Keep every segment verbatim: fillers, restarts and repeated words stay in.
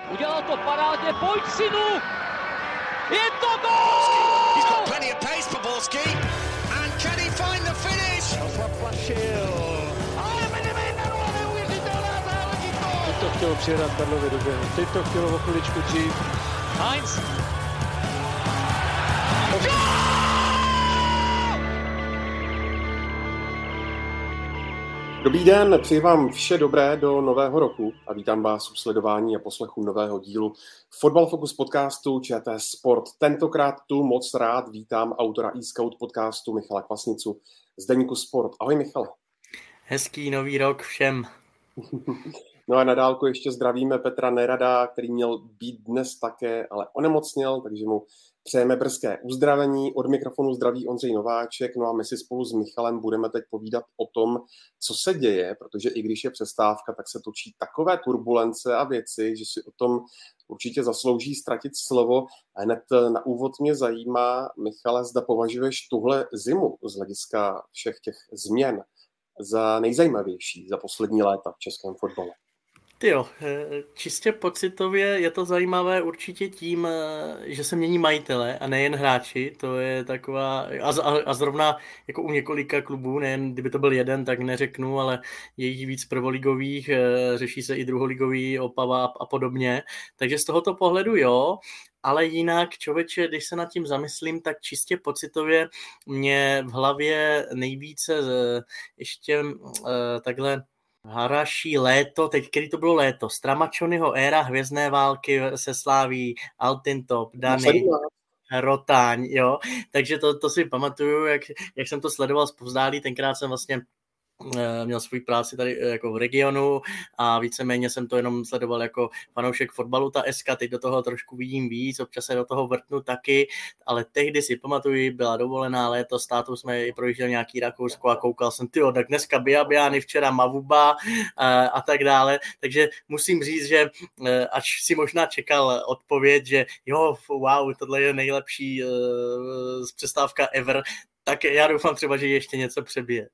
Udělal to parádně, pojď synu! Je to gól! He's got plenty of pace for Borski. And can he find the finish? Ale Medvedev, neuvěřitelná záležitost! Teď to chtělo přihrát Karlovi do běhu, teď to chtělo o chviličku dřív. Heinz! Dobrý den, přeji vám vše dobré do nového roku a vítám vás u sledování a poslechu nového dílu Fotbal Focus podcastu ČT Sport. Tentokrát tu moc rád vítám autora e-scout podcastu Michala Kvasnicu z deníku Sport. Ahoj Michale. Hezký nový rok všem. No a na dálku ještě zdravíme Petra Nerada, který měl být dnes také, ale onemocněl, takže mu přejeme brzké uzdravení. Od mikrofonu zdraví Ondřej Nováček, no a my si spolu s Michalem budeme teď povídat o tom, co se děje, protože i když je přestávka, tak se točí takové turbulence a věci, že si o tom určitě zaslouží ztratit slovo. A hned na úvod mě zajímá, Michale, zda považuješ tuhle zimu z hlediska všech těch změn za nejzajímavější za poslední léta v českém fotbale. Tyjo, čistě pocitově je to zajímavé určitě tím, že se mění majitele a nejen hráči, to je taková, a, a zrovna jako u několika klubů, nejen kdyby to byl jeden, tak neřeknu, ale je jich víc prvoligových, řeší se i druholigový, Opava a podobně, takže z tohoto pohledu jo, ale jinak, člověče, když se nad tím zamyslím, tak čistě pocitově mě v hlavě nejvíce ještě takhle haraší léto, teď který to bylo léto, Stramačonyho éra hvězdné války se Slaví, Altintop, Dany, Rotáň, jo, takže to, to si pamatuju, jak, jak jsem to sledoval zpovzdálí, tenkrát jsem vlastně měl svou práci tady jako v regionu a víceméně jsem to jenom sledoval jako fanoušek fotbalu, ta es ká, teď do toho trošku vidím víc, občas se do toho vrtnu taky, ale tehdy si pamatuju, byla dovolená léto, s tátou jsme i projížděli nějaký Rakousko a koukal jsem, tyjo, tak dneska Biabiany, včera Mavuba a, a tak dále, takže musím říct, že až si možná čekal odpověď, že jo, wow, tohle je nejlepší uh, přestávka ever, tak já doufám třeba, že ještě něco přebije.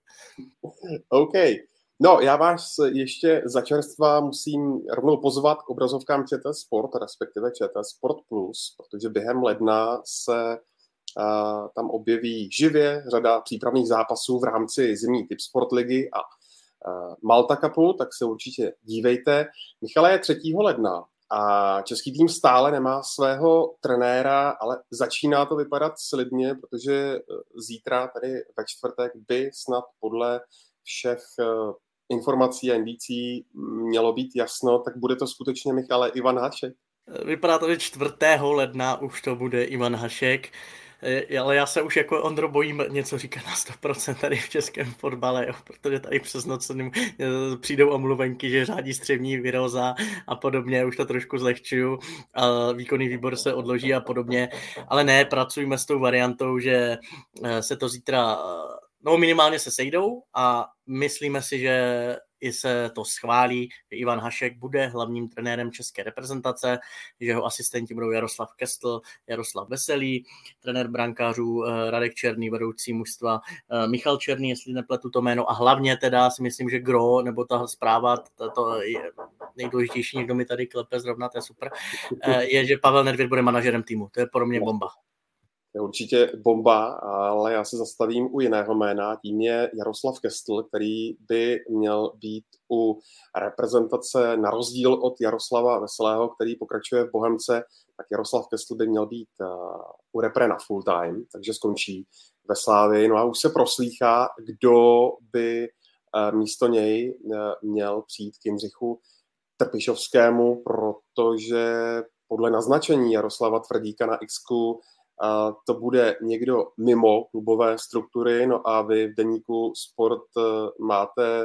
OK. No, já vás ještě za čerstva musím rovnou pozvat k obrazovkám ČT Sport, respektive ČT Sport Plus, protože během ledna se uh, tam objeví živě řada přípravných zápasů v rámci zimní Tip Sport ligy a uh, Malta Cupu, tak se určitě dívejte. Michale, je třetího ledna a český tým stále nemá svého trenéra, ale začíná to vypadat slibně, protože zítra, tady ve čtvrtek, by snad podle všech informací a indicí mělo být jasno, tak bude to skutečně, Michale, Ivan Hašek? Vypadá to, že čtvrtého ledna už to bude Ivan Hašek, ale já se už jako Ondro bojím něco říkat na sto procent tady v českém fotbale, jo, protože tady přes noc přijdou omluvenky, že řádí střevní viróza a podobně, už to trošku zlehčuju, a výkonný výbor se odloží a podobně, ale ne, pracujeme s tou variantou, že se to zítra, no minimálně se sejdou a myslíme si, že i se to schválí, že Ivan Hašek bude hlavním trenérem české reprezentace, že jeho asistenti budou Jaroslav Kestl, Jaroslav Veselý, trenér brankářů Radek Černý, vedoucí mužstva Michal Černý, jestli nepletu to jméno, a hlavně teda si myslím, že gro, nebo ta zpráva, to, to je nejdůležitější, někdo mi tady klepe zrovna, to je super, je, že Pavel Nedvěd bude manažerem týmu, to je pro mě bomba. To je určitě bomba, ale já se zastavím u jiného jména, tím je Jaroslav Kestl, který by měl být u reprezentace na rozdíl od Jaroslava Veselého, který pokračuje v Bohemce, tak Jaroslav Kestl by měl být u repre na full time, takže skončí ve Slávii. No a už se proslýchá, kdo by místo něj měl přijít k Jindřichu Trpišovskému, protože podle naznačení Jaroslava Tvrdíka na X-ku a to bude někdo mimo klubové struktury, no a vy v deníku Sport máte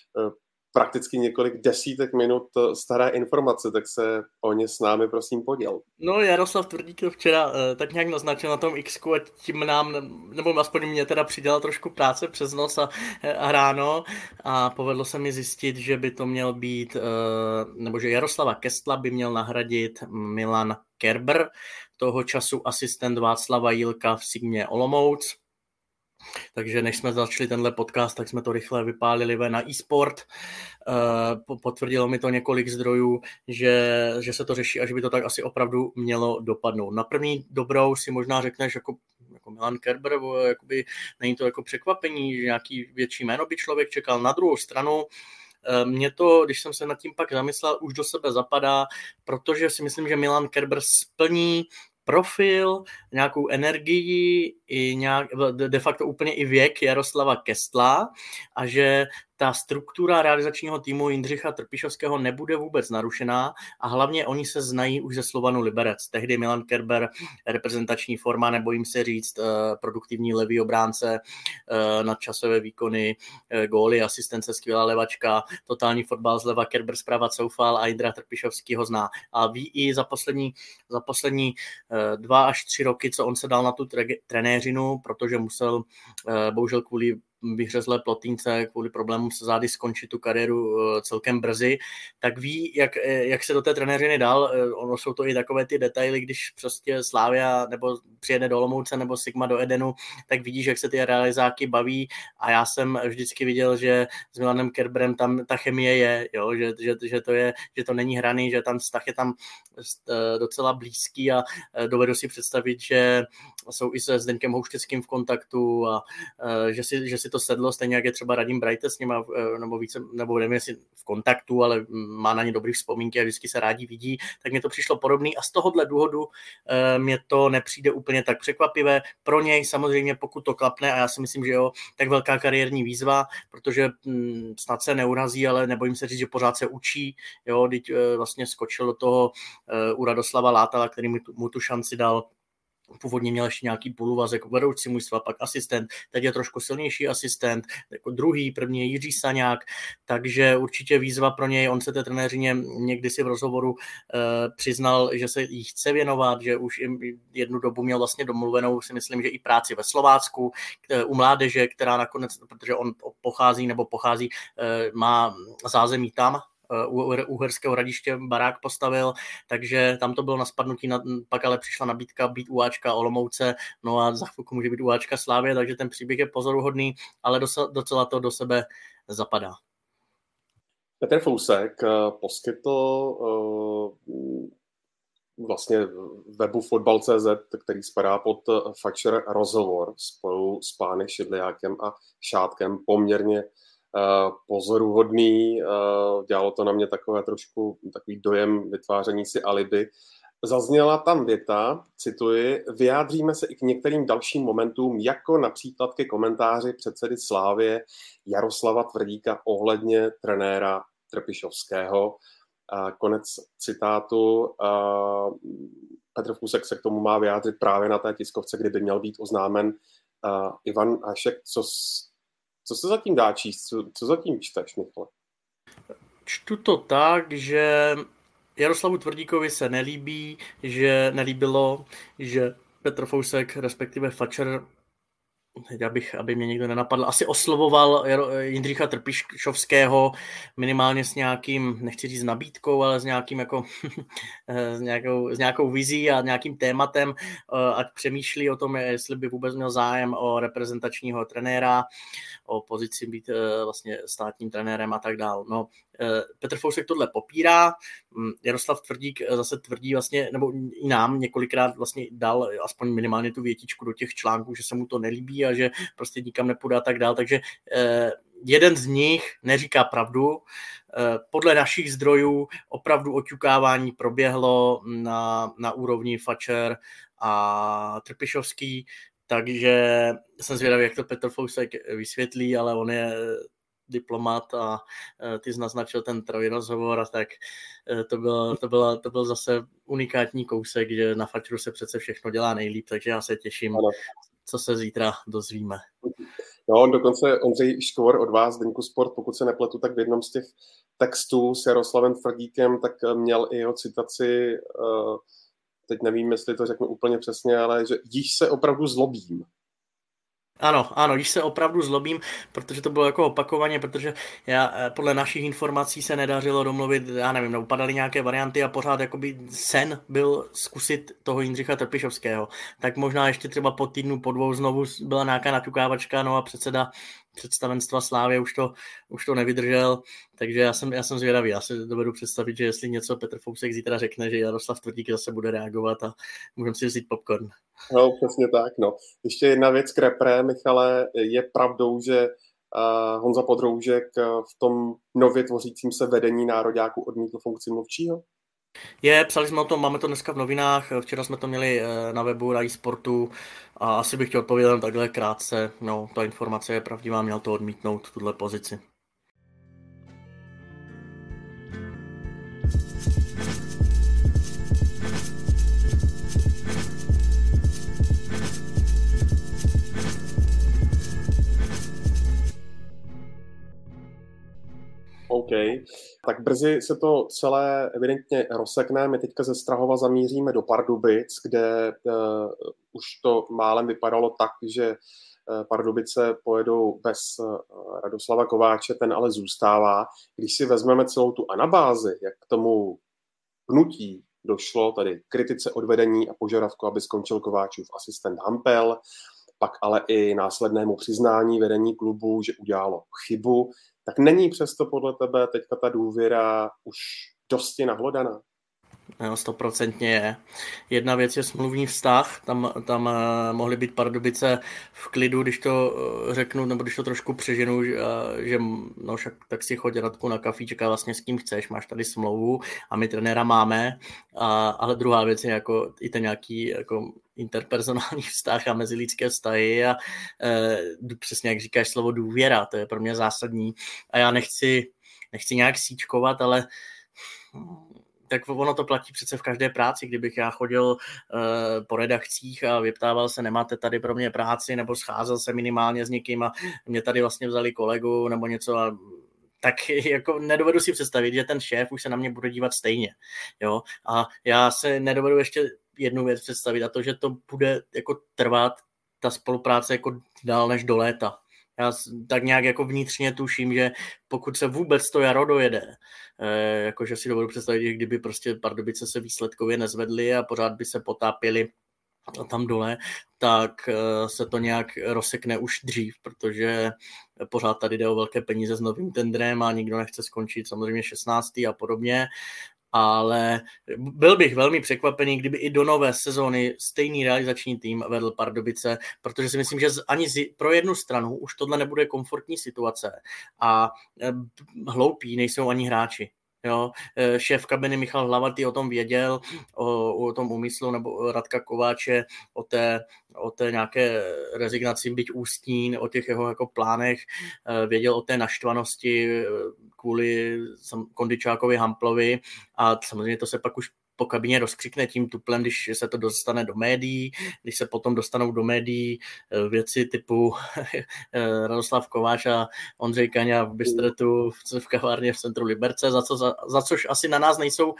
prakticky několik desítek minut staré informace, tak se o ně s námi prosím poděl. No, Jaroslav Tvrdík to včera tak nějak naznačil na tom X-ku a tím nám, nebo aspoň mě teda přidělal trošku práce přes noc a, a ráno a povedlo se mi zjistit, že by to měl být, nebo že Jaroslava Kestla by měl nahradit Milan Kerber, toho času asistent Václava Jílka v Sigmě Olomouc. Takže než jsme začali tenhle podcast, tak jsme to rychle vypálili ven na e-sport. Potvrdilo mi to několik zdrojů, že, že se to řeší a že by to tak asi opravdu mělo dopadnout. Na první dobrou si možná řekneš jako, jako Milan Kerber, jakoby, není to jako překvapení, že nějaký větší jméno by člověk čekal. Na druhou stranu, mě to, když jsem se nad tím pak zamyslel, už do sebe zapadá, protože si myslím, že Milan Kerber splní profil, nějakou energii i nějak, de facto úplně i věk Jaroslava Kestla a že ta struktura realizačního týmu Jindřicha Trpišovského nebude vůbec narušená a hlavně oni se znají už ze Slovanu Liberec. Tehdy Milan Kerber, reprezentační forma, nebojím se říct, produktivní levý obránce, nadčasové výkony, góly, asistence, skvělá levačka, totální fotbal zleva, Kerber zprava coufal a Jindra Trpišovský ho zná. A ví i za poslední, za poslední dva až tři roky, co on se dal na tu tre- trenéřinu, protože musel bohužel kvůli vyhřezlé plotínce kvůli problémům se zády skončit tu kariéru celkem brzy, tak ví, jak, jak se do té trenéřiny dal. Ono jsou to i takové ty detaily, když prostě Slavia nebo přijede do Olomouce nebo Sigma do Edenu, tak vidíš, jak se ty realizáky baví a já jsem vždycky viděl, že s Milanem Kerberem tam ta chemie je, jo? Že, že, že, to je, že to není hraný, že tam vztah je tam docela blízký a dovedu si představit, že jsou i se Zdeňkem Houšteckým v kontaktu a že si, že si to sedlo, stejně jak je třeba Radim Brajte s nima, nebo více, nebo nevím, jestli v kontaktu, ale má na ně dobrý vzpomínky a vždycky se rádi vidí, tak mi to přišlo podobný a z tohohle důvodu e, mě to nepřijde úplně tak překvapivé. Pro něj samozřejmě, pokud to klapne, a já si myslím, že jo, tak velká kariérní výzva, protože m, snad se neurazí, ale nebojím se říct, že pořád se učí, jo, teď e, vlastně skočil do toho e, u Radoslava Látala, který mu tu, mu tu šanci dal. Původně měl ještě nějaký půluvazek vedoucí mužstva, pak asistent, teď je trošku silnější asistent, jako druhý, první je Jiří Saňák, takže určitě výzva pro něj, on se té trenéřině někdy si v rozhovoru eh, přiznal, že se jí chce věnovat, že už jednu dobu měl vlastně domluvenou, si myslím, že i práci ve Slovácku, u mládeže, která nakonec, protože on pochází nebo pochází, eh, má zázemí tam, u Uherského Hradiště barák postavil, takže tam to bylo na spadnutí, pak ale přišla nabídka být UAčka Olomouce, no a za chvilku může být UAčka Slávie, takže ten příběh je pozoruhodný, ale docela to do sebe zapadá. Petr Fousek poskytl vlastně webu fotbal tečka cé zet, který spadá pod Fatcher, rozhovor spolu s pány Šidliákem a Šátkem, poměrně pozoruhodný, dělalo to na mě takové trošku takový dojem vytváření si alibi. Zazněla tam věta, cituji, vyjádříme se i k některým dalším momentům, jako například ke komentáři předsedy Slávie Jaroslava Tvrdíka ohledně trenéra Trpišovského. Konec citátu. Petr Fousek se k tomu má vyjádřit právě na té tiskovce, kdy by měl být oznámen Ivan Hašek. Co Co se zatím dá číst? Co, co zatím čteš, Michale? Čtu to tak, že Jaroslavu Tvrdíkovi se nelíbí, že nelíbilo, že Petr Fousek, respektive Fatcher, já bych, aby mě někdo nenapadl, asi oslovoval Jindřicha Trpišovského minimálně s nějakým, nechci říct nabídkou, ale s nějakým jako, s nějakou, s nějakou vizí a nějakým tématem, ať přemýšlí o tom, jestli by vůbec měl zájem o reprezentačního trenéra, o pozici být vlastně státním trenérem a tak dál. No, Petr Fousek tohle popírá, Jaroslav Tvrdík zase tvrdí vlastně, nebo i nám několikrát vlastně dal aspoň minimálně tu větičku do těch článků, že se mu to nelíbí a že prostě nikam nepůjde a tak dál, takže eh, jeden z nich neříká pravdu. Eh, podle našich zdrojů opravdu oťukávání proběhlo na, na úrovni Fatcher a Trpišovský, takže jsem zvědavý, jak to Petr Fousek vysvětlí, ale on je diplomat a ty jsi naznačil ten trojrozhovor, tak to byl, to, byla, to byl zase unikátní kousek, že na Fatcheru se přece všechno dělá nejlíp, takže já se těším, ano, co se zítra dozvíme. No, on dokonce Ondřej Škvor od vás, Deníku Sport, pokud se nepletu, tak v jednom z těch textů s Jaroslavem Tvrdíkem, tak měl i jeho citaci, teď nevím, jestli to řeknu úplně přesně, ale že již se opravdu zlobím. Ano, ano, když se opravdu zlobím, protože to bylo jako opakovaně, protože já podle našich informací se nedařilo domluvit, já nevím, nebo padaly nějaké varianty a pořád jakoby sen byl zkusit toho Jindřicha Trpišovského. Tak možná ještě třeba po týdnu, po dvou znovu byla nějaká naťukávačka, no a předseda představenstva Slávě už to, už to nevydržel, takže já jsem, já jsem zvědavý. Já si dovedu představit, že jestli něco Petr Fousek zítra řekne, že Jaroslav Tvrdík zase bude reagovat a můžeme si vzít popcorn. No, přesně tak, no. Ještě jedna věc k repre, Michale, je pravdou, že uh, Honza Podroužek v tom nově tvořícím se vedení nároďáku odmítl funkci mluvčího? Je, psali jsme o tom, máme to dneska v novinách, včera jsme to měli na webu na eSportu a asi bych chtěl odpovědět takhle krátce, no, ta informace je pravdivá, měl to odmítnout, tuhle pozici. OK, tak brzy se to celé evidentně rozsekne. My teďka ze Strahova zamíříme do Pardubic, kde uh, už to málem vypadalo tak, že uh, Pardubice pojedou bez uh, Radoslava Kováče, ten ale zůstává. Když si vezmeme celou tu anabázi, jak k tomu pnutí došlo, tady kritice odvedení a požadavku, aby skončil Kováčův asistent Hampel, pak ale i následnému přiznání vedení klubu, že udělalo chybu, tak není přesto podle tebe teďka ta důvěra už dosti nahlodaná? No, stoprocentně je. Jedna věc je smluvní vztah, tam, tam mohly být Pardubice v klidu, když to řeknu, nebo když to trošku přeženu, že, že no však tak si chodí Radku na kafíček a vlastně s kým chceš, máš tady smlouvu a my trenéra máme, a, ale druhá věc je jako i ten nějaký jako interpersonální vztah a mezilidské vztahy a e, přesně jak říkáš slovo důvěra, to je pro mě zásadní a já nechci, nechci nějak síčkovat, ale tak ono to platí přece v každé práci, kdybych já chodil uh, po redakcích a vyptával se, nemáte tady pro mě práci, nebo scházel se minimálně s někým a mě tady vlastně vzali kolegu nebo něco a tak jako nedovedu si představit, že ten šéf už se na mě bude dívat stejně. Jo? A já se nedovedu ještě jednu věc představit a to, že to bude jako trvat ta spolupráce jako dál než do léta. Já tak nějak jako vnitřně tuším, že pokud se vůbec to jaro dojede, eh, jakože si dovedu představit, že kdyby prostě Pardubice se výsledkově nezvedly a pořád by se potápěli tam dole, tak eh, se to nějak rozsekne už dřív, protože pořád tady jde o velké peníze s novým tendrem a nikdo nechce skončit samozřejmě šestnáctý a podobně. Ale byl bych velmi překvapený, kdyby i do nové sezóny stejný realizační tým vedl Pardubice, protože si myslím, že ani pro jednu stranu už tohle nebude komfortní situace a hloupí nejsou ani hráči. Jo, šéf kabiny Michal Hlavatý o tom věděl, o, o tom úmyslu, nebo Radka Kováče, o té, o té nějaké rezignaci, byť ústní, o těch jeho jako plánech, věděl o té naštvanosti kvůli Kondičákovi, Hamplovi a samozřejmě to se pak už po kabině rozkřikne tím tuplem, když se to dostane do médií, když se potom dostanou do médií věci typu Radoslav Kováč a Ondřej Kaňa v Bystretu v kavárně v centru Liberce, za, co, za, za což asi na nás nejsou,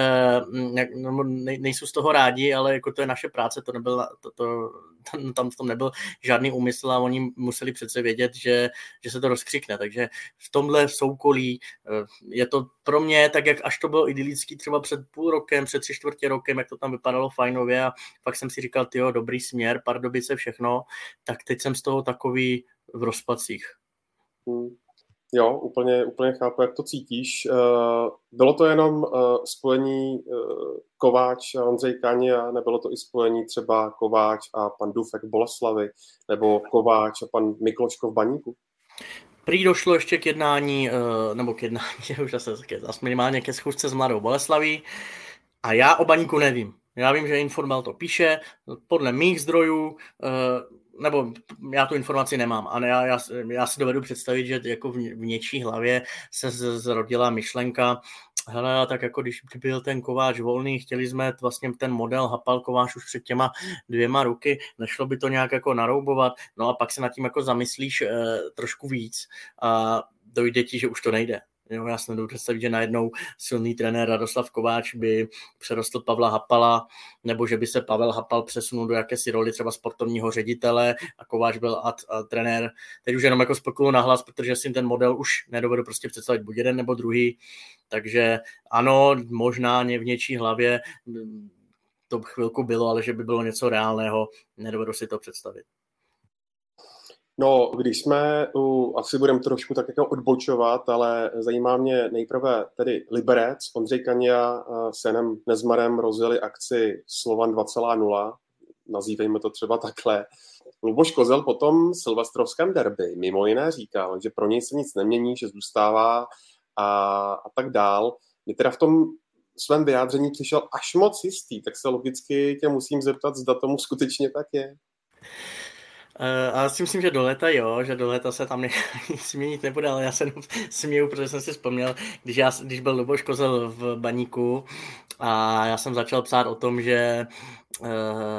nejsou z toho rádi, ale jako to je naše práce, to nebyl, to, to, tam v tom nebyl žádný úmysl a oni museli přece vědět, že, že se to rozkřikne, takže v tomhle soukolí je to pro mě tak, jak až to bylo idylický třeba před půl rokem, před tři čtvrtě rokem, jak to tam vypadalo fajnově a pak jsem si říkal, tyjo, dobrý směr, Pardubice, všechno, tak teď jsem z toho takový v rozpacích. Hmm. Jo, úplně, úplně chápu, jak to cítíš. Bylo to jenom spojení Kováč a Ondřej Kaň a nebylo to i spojení třeba Kováč a pan Dufek v Boleslavi nebo Kováč a pan Mikloško v Baníku? Prý došlo ještě k jednání, nebo k jednání, už zase minimálně ke schůzce s Mladou Boleslaví a já o Baníku nevím. Já vím, že Informal to píše, podle mých zdrojů, nebo já tu informaci nemám, ale já, já, já si dovedu představit, že jako v, v něčí hlavě se zrodila myšlenka, hele, tak jako když byl ten Kováč volný, chtěli jsme vlastně ten model Hapal Kováč už před těma dvěma ruky, nešlo by to nějak jako naroubovat, no a pak se nad tím jako zamyslíš eh, trošku víc a dojde ti, že už to nejde. Jo, já si nedovedu představit, že najednou silný trenér Radoslav Kováč by přerostl Pavla Hapala, nebo že by se Pavel Hapal přesunul do jakési roli třeba sportovního ředitele a Kováč byl ad, a trenér. Teď už jenom jako spekuluju nahlas, protože si ten model už nedovedu prostě představit buď jeden nebo druhý. Takže ano, možná v něčí hlavě to chvilku bylo, ale že by bylo něco reálného, nedovedu si to představit. No, když jsme, uh, asi budeme trošku tak jako odbočovat, ale zajímá mě nejprve tedy Liberec. Ondřej Kania uh, s Janem Nezmarem rozjeli akci Slovan dva tečka nula, nazývejme to třeba takhle. Luboš Kozel po tom silvestrovském derby mimo jiné říkal, že pro něj se nic nemění, že zůstává a, a tak dál. Mě teda v tom svém vyjádření přišel až moc jistý, tak se logicky tě musím zeptat, zda tomu skutečně tak je. Uh, a si myslím, že do léta jo, že do léta se tam ne- nic měnit nebude, ale já se směju, protože jsem si vzpomněl, když, já, když byl Luboš Kozel v Baníku a já jsem začal psát o tom, že uh,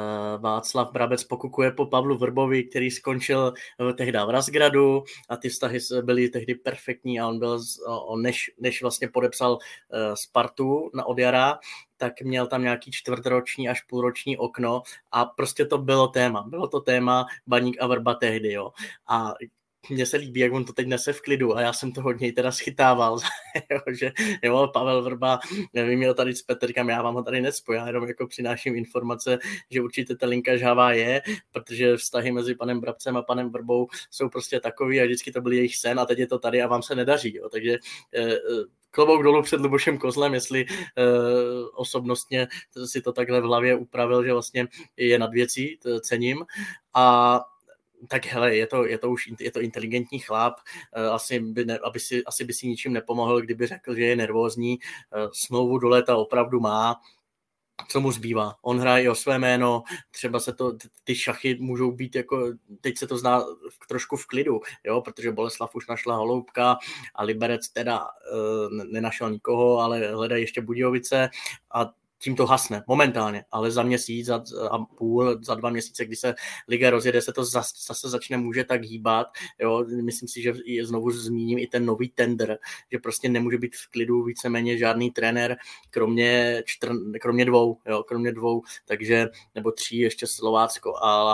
Václav Brabec pokukuje po Pavlu Vrbovi, který skončil tehdy v Razgradu a ty vztahy byly tehdy perfektní a on byl, on než, než vlastně podepsal uh, Spartu na od jara, tak měl tam nějaký čtvrtroční až půlroční okno a prostě to bylo téma. Bylo to téma Baník a Vrba tehdy, jo. A mně se líbí, jak on to teď nese v klidu a já jsem to hodně teda schytával, jo, že jo, Pavel Vrba, nevím, měl tady s Petrkem, já vám ho tady necpu, já jenom jako přináším informace, že určitě ta linka žhavá je, protože vztahy mezi panem Brabcem a panem Vrbou jsou prostě takový a vždycky to byl jejich sen a teď je to tady a vám se nedaří, jo, takže eh, klobouk dolů před Lubošem Kozlem, jestli uh, osobnostně si to takhle v hlavě upravil, že vlastně je nad věcí, to cením. A tak hele, je to, je to už je to inteligentní chlap, uh, asi, by ne, aby si, asi by si ničím nepomohl, kdyby řekl, že je nervózní. Uh, smlouvu do léta opravdu má. Co mu zbývá? On hraje o své jméno, třeba se to, ty šachy můžou být jako, teď se to zná trošku v klidu, jo, protože Boleslav už našla Holoubka a Liberec teda e, nenašel nikoho, ale hledají ještě Budějovice a tím to hasne momentálně, ale za měsíc za, a půl, za dva měsíce, kdy se liga rozjede, se to zase, zase začne může tak hýbat. Jo. Myslím si, že je, znovu zmíním i ten nový tender, že prostě nemůže být v klidu víceméně žádný trenér, kromě, čtr, kromě dvou, jo, kromě dvou, takže, nebo tří, ještě Slovácko, a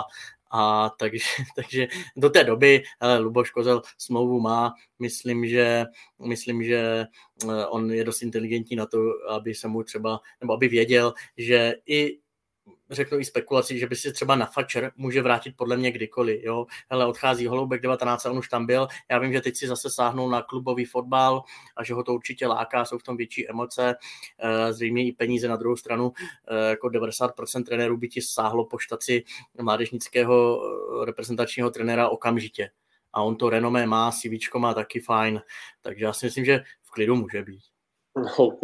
A takže, takže do té doby hele, Luboš Kozel smlouvu má, myslím, že myslím, že on je dost inteligentní na to, aby se mu třeba, nebo aby věděl, že i řeknu i spekulací, že by si třeba na Fatscher může vrátit podle mě kdykoliv, jo. Hele, odchází Holoubek devatenáct, on už tam byl, já vím, že teď si zase sáhnul na klubový fotbal a že ho to určitě láká, jsou v tom větší emoce, zřejmě i peníze na druhou stranu, jako devadesát procent trenérů by ti sáhlo po štaci mládežnického reprezentačního trenéra okamžitě. A on to renomé má, CVčko má taky fajn, takže já si myslím, že v klidu může být. OK.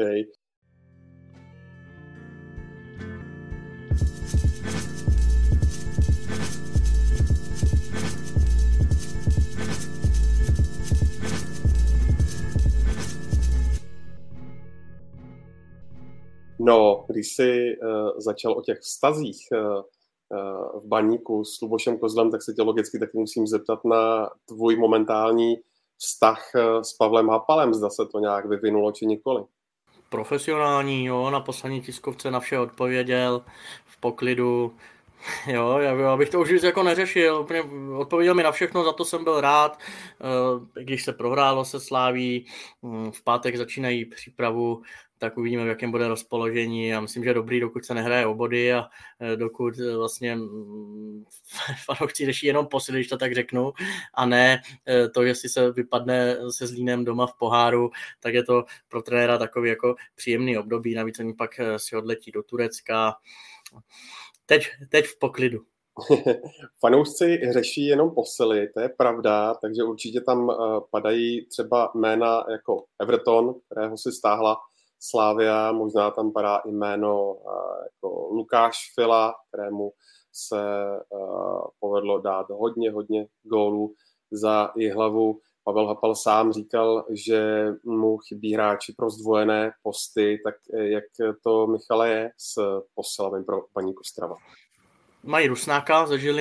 No, když jsi uh, začal o těch vztazích uh, uh, v Baníku s Lubošem Kozlem, tak se tě logicky taky musím zeptat na tvůj momentální vztah uh, s Pavlem Hapalem. Zda se to nějak vyvinulo, či nikoli? Profesionální, jo, na poslední tiskovce na vše odpověděl, v poklidu. Jo, já bych to už jako neřešil, úplně odpověděl mi na všechno, za to jsem byl rád, když se prohrálo se Sláví, v pátek začínají přípravu, tak uvidíme, v jakém bude rozpoložení. Já myslím, že dobrý, dokud se nehraje o body a dokud vlastně fanoušci řeší jenom posily, když to tak řeknu, a ne to, jestli se vypadne se Zlínem doma v poháru, tak je to pro trenéra takový jako příjemný období, navíc oni pak si odletí do Turecka. Teď, teď v poklidu. Fanoušci řeší jenom posily, to je pravda, takže určitě tam padají třeba jména jako Everton, kterého si stáhla Slavia, možná tam padá i jméno jako Lukáš Fila, kterému se povedlo dát hodně, hodně gólů za Jihlavu. Pavel Hapal sám říkal, že mu chybí hráči pro zdvojené posty, tak jak to, Michale, je s posilami pro Baník Ostrava? Mají Rusnáka ze Žiliny,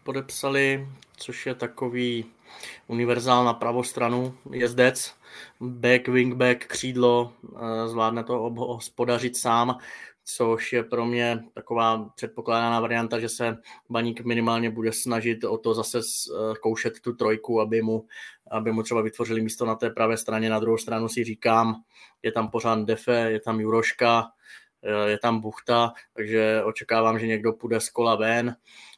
podepsali, což je takový univerzál na pravou stranu, jezdec, back, wingback, křídlo, zvládne to hospodařit sám, což je pro mě taková předpokládaná varianta, že se Baník minimálně bude snažit o to zase zkoušet tu trojku, aby mu, aby mu třeba vytvořili místo na té pravé straně. Na druhou stranu si říkám, je tam pořád Defe, je tam Juroška, je tam Buchta, takže očekávám, že někdo půjde z kola ven.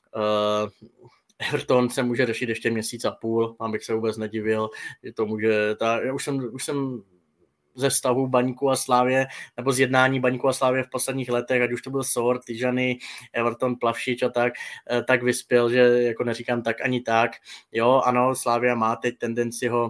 Everton se může řešit ještě měsíc a půl, tam bych se vůbec nedivil, že to může, ta, já už jsem, už jsem ze vztahu Baníku a Slávě, nebo z jednání Baníku a Slávě v posledních letech, ať už to byl Sor, Tyžany, Everton, Plavšič a tak, tak vyspěl, že jako neříkám tak ani tak. Jo, ano, Slávia má teď tendenci ho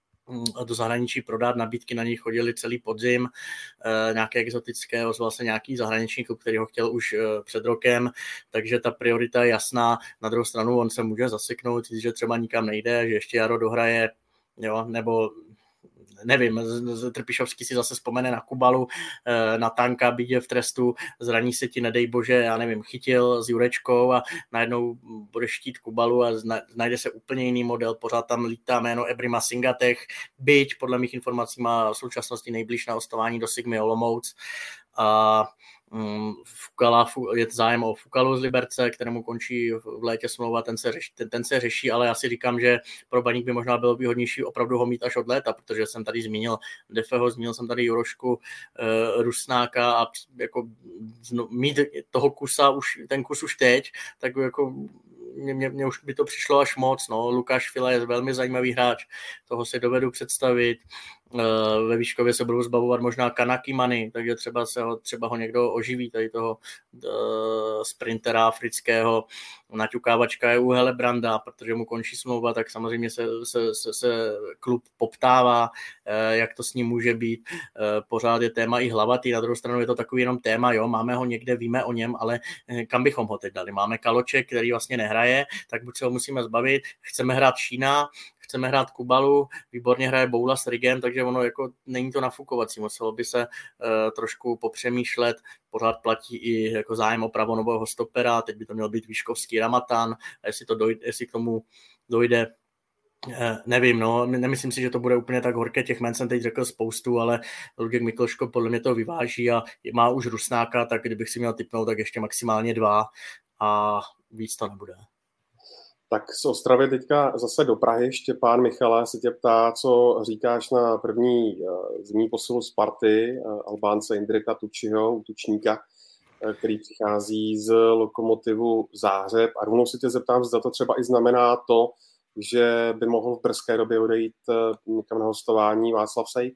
do zahraničí prodat, nabídky na něj chodily celý podzim, e, nějaké exotické, ozval se nějaký zahraniční klub, který ho chtěl už e, před rokem, takže ta priorita je jasná. Na druhou stranu on se může zaseknout, že třeba nikam nejde, že ještě jaro dohraje, jo, nebo nevím, Trpišovský si zase vzpomene na Kubalu, na Tanka, byť je v trestu, zraní se ti, nedej bože, já nevím, chytil s Jurečkou a najednou bude štít Kubalu a najde se úplně jiný model, pořád tam lítá jméno Ebrima Singatech, byť podle mých informací má v současnosti nejblíž na hostování do Sigmy Olomouc a Fukala, je zájem o Fukalu z Liberce, kterému končí v létě smlouva, ten se, řeší, ten, ten se řeší, ale já si říkám, že pro Baník by možná bylo výhodnější opravdu ho mít až od léta, protože jsem tady zmínil Defeho, zmínil jsem tady Jurošku, uh, Rusnáka a jako no, mít toho kusa, už, ten kus už teď, tak jako Mně, mě, mě už by to přišlo až moc. No. Lukáš Fila je velmi zajímavý hráč, toho si dovedu představit. Ve Výškově se budou zbavovat možná Kanaki Many, takže třeba, se ho, třeba ho někdo oživí, tady toho uh, sprintera afrického. Naťukávačka je u Helebranda, protože mu končí smlouva, tak samozřejmě se, se, se, se klub poptává, uh, jak to s ním může být. Uh, pořád je téma i Hlavatý, na druhou stranu je to takový jenom téma, jo, máme ho někde, víme o něm, ale kam bychom ho teď dali? Máme Kaloček, který vlastně nehraje, tak buď se ho musíme zbavit, chceme hrát Šína, chceme hrát Kubalu, výborně hraje Boula s Rigem, takže ono jako není to nafukovací, muselo by se uh, trošku popřemýšlet, pořád platí i jako zájem o pravonového stopera, teď by to měl být Výškovský, Ramatan, a jestli, to dojde, jestli k tomu dojde, eh, nevím, no, nemyslím si, že to bude úplně tak horké, těch jmen jsem teď řekl spoustu, ale Luděk Mikloško podle mě to vyváží a má už Rusnáka, tak kdybych si měl tipnout, tak ještě maximálně dva a víc to nebude. Tak z Ostravy teďka zase do Prahy. Štěpán Michala se tě ptá, co říkáš na první zimní posilu Sparty, Albánce Indrika Tučiho, útočníka, který přichází z Lokomotivu Záhřeb. A rovnou se tě zeptám, zda to třeba i znamená to, že by mohl v brzké době odejít někam na hostování Václav Sejk?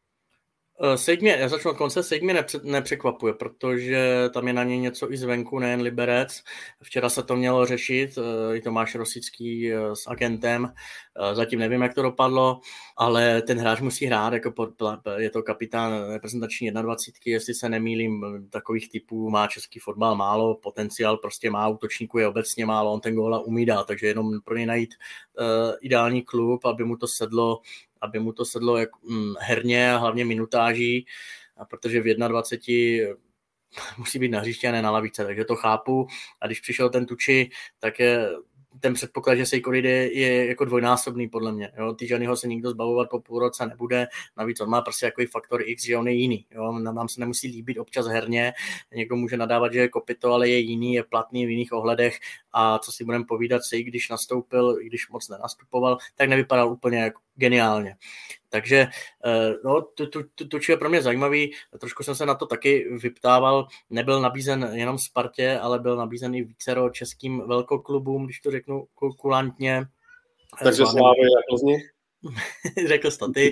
Sejk mě, já začnu od konce, Sejk mě nepře, nepřekvapuje, protože tam je na něj něco i zvenku, nejen Liberec. Včera se to mělo řešit, i Tomáš Rosický s agentem, zatím nevím, jak to dopadlo, ale ten hráč musí hrát, jako pod, je to kapitán reprezentační jednadvacítky, jestli se nemýlím, takových typů má český fotbal málo, potenciál prostě má, útočníků je obecně málo, on ten góla umí dát, takže jenom pro ně najít uh, ideální klub, aby mu to sedlo aby mu to sedlo jak, hm, herně a hlavně minutáží, a protože v jednadvaceti musí být na hřišti a ne na lavice, takže to chápu. A když přišel ten Tuči, tak je ten předpoklad, že Sejk odejde, je jako dvojnásobný podle mě. Tyžanyho se nikdo zbavovat po půl roce nebude, navíc on má prostě takový faktor X, že on je jiný. Jo? Nám se nemusí líbit občas herně, někdo může nadávat, že je kopito, ale je jiný, je platný v jiných ohledech a co si budeme povídat, Sejk, když nastoupil, i když moc nenastupoval, tak nevypadal úplně jako geniálně. Takže no, Tuči je pro mě zajímavý, trošku jsem se na to taky vyptával, nebyl nabízen jenom Spartě, ale byl nabízen i vícero českým velkoklubům, když to řeknu kulantně. Takže Slávy a Plzni? Řekl jsi to ty,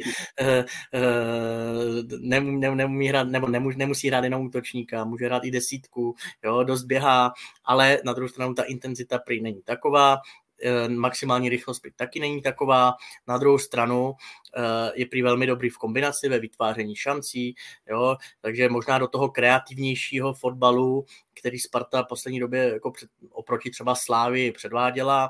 nem, nem, nemůže hrát, nebo nemusí, nemusí hrát jenom útočníka, může hrát i desítku, jo, dost běhá, ale na druhou stranu ta intenzita prý není taková, maximální rychlost taky není taková. Na druhou stranu je prý velmi dobrý v kombinaci ve vytváření šancí, jo? Takže možná do toho kreativnějšího fotbalu, který Sparta v poslední době jako před, oproti třeba Slávii předváděla,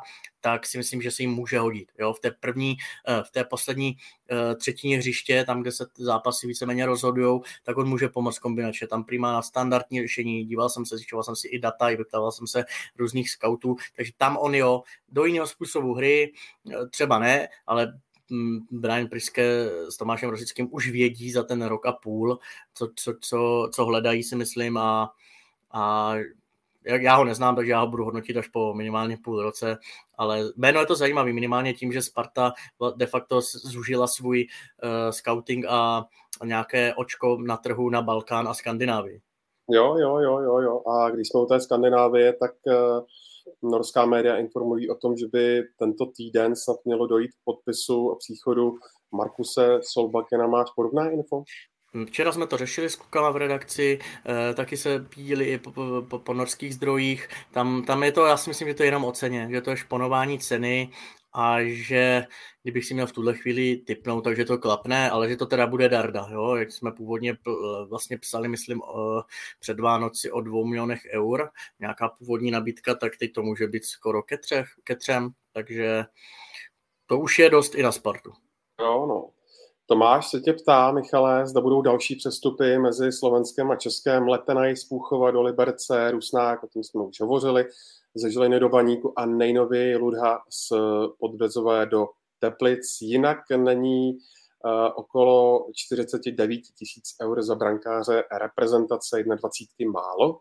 tak si myslím, že se jim může hodit. Jo? V té první, v té poslední třetině hřiště, tam, kde se zápasy víceméně rozhodujou, tak on může pomoct kombinačně. Tam prima na standardní řešení, díval jsem se, zjišťoval jsem si i data, i vyptával jsem se různých scoutů, takže tam on jo, do jiného způsobu hry, třeba ne, ale Brian Priske s Tomášem Rosickým už vědí za ten rok a půl, co, co, co, co hledají, si myslím, a, a já ho neznám, takže já ho budu hodnotit až po minimálně půl roce, ale jméno je to zajímavý, minimálně tím, že Sparta de facto zúžila svůj uh, scouting a nějaké očko na trhu na Balkán a Skandinávii. Jo, jo, jo, jo, jo. A když jsme u té Skandinávie, tak uh, norská média informují o tom, že by tento týden snad mělo dojít k podpisu a příchodu Markuse Solbakena. Máš podobné info? Včera jsme to řešili s klukama v redakci, eh, taky se pídili i po, po, po norských zdrojích. Tam, tam je to, já si myslím, že to je jenom o ceně, že to je šponování ceny a že kdybych si měl v tuhle chvíli tipnout, takže to klapne, ale že to teda bude darda, jo? Jak jsme původně pl, vlastně psali, myslím, o, před Vánoci o dvou milionech eur, nějaká původní nabídka, tak teď to může být skoro ke, třech, ke třem, takže to už je dost i na Spartu. Jo, no. Tomáš se tě ptá, Michale, zda budou další přestupy mezi Slovenskem a Českem, Letenaj z Púchova do Liberce, Rusnák, o tom jsme už hovořili, ze Žiliny do Baníku a nejnověji Ludha z Podbřezové do Teplic. Jinak není uh, okolo čtyřicet devět tisíc eur za brankáře reprezentace dvacítky málo?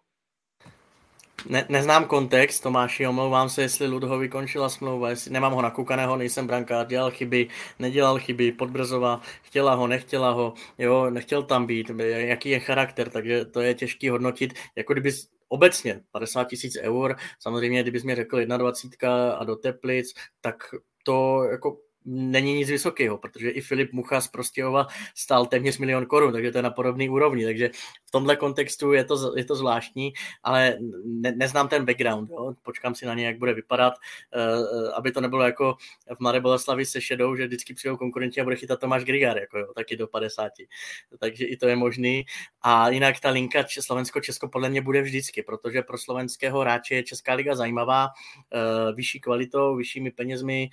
Ne, neznám kontext, Tomáši, omlouvám se, jestli Ludho vykončila smlouva, jestli nemám ho nakoukaného, nejsem brankář, dělal chyby, nedělal chyby, Podbřezova, chtěla ho, nechtěla ho, jo, nechtěl tam být, jaký je charakter, takže to je těžký hodnotit, jako kdyby obecně padesát tisíc eur, samozřejmě, kdybys mi řekl dvacet jedna a do Teplic, tak to jako není nic vysokého, protože i Filip Mucha z Prostějova stál téměř milion korun, takže to je na podobný úrovni, takže v tomhle kontextu je to, je to zvláštní, ale ne, neznám ten background, jo? Počkám si na ně, jak bude vypadat, uh, aby to nebylo jako v Mladé Boleslavi se Šedou, že vždycky přijdou konkurenti a bude chytat Tomáš Grigár, jako jo, taky do padesáti, takže i to je možný a jinak ta linka Slovensko-Česko podle mě bude vždycky, protože pro slovenského hráče je Česká liga zajímavá, uh, vyšší kvalitou, vyššími penězmi,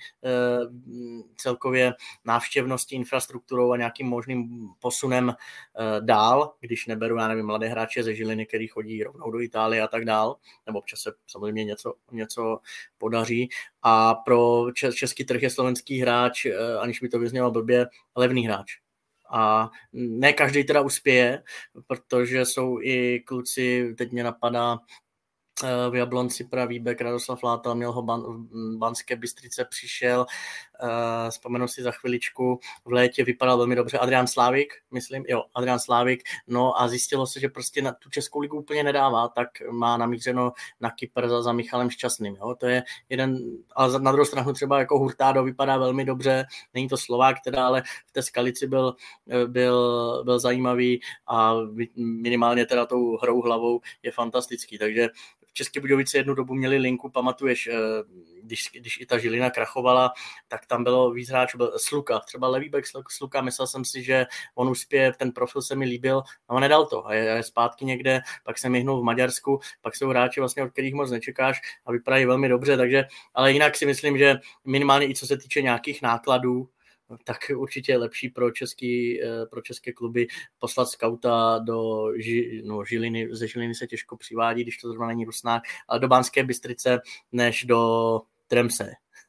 uh, celkově návštěvností, infrastrukturou a nějakým možným posunem uh, dál, když neberu, já nevím, mladé hráče ze Žiliny, který chodí rovnou do Itálie a tak dál, nebo občas se samozřejmě něco, něco podaří. A pro český trh je slovenský hráč, uh, aniž by to vyznělo blbě, levný hráč. A ne každý teda uspěje, protože jsou i kluci, teď mě napadá, v Jablonci Pravíbek, Radoslav Láta, měl ho ban, v Banské Bystrice, přišel, uh, vzpomenu si za chviličku, v létě vypadal velmi dobře Adrián Slávik, myslím, jo, Adrián Slávik, no a zjistilo se, že prostě na tu Českou ligu úplně nedává, tak má namířeno na Kypr za, za Michalem Šťastným, jo, to je jeden, ale na druhou stranu třeba jako Hurtado vypadá velmi dobře, není to Slovák teda, ale v té Skalici byl, byl, byl zajímavý a minimálně teda tou hrou hlavou je fantastický, takže v České Budějovice jednu dobu měli linku, pamatuješ, když, když i ta Žilina krachovala, tak tam bylo víc hráčů, byl Sluka, třeba levý back Sluka, myslel jsem si, že on uspěje, ten profil se mi líbil, a on nedal to a je, je zpátky někde, pak se myhnul v Maďarsku, pak jsou hráči vlastně, od kterých moc nečekáš a vypadají velmi dobře, takže, ale jinak si myslím, že minimálně i co se týče nějakých nákladů, tak určitě je lepší pro, český, pro české kluby poslat skauta do ži, no, Žiliny. Ze Žiliny se těžko přivádí, když to zrovna není Rusnák, ale do Banské Bystrice než do Tremse.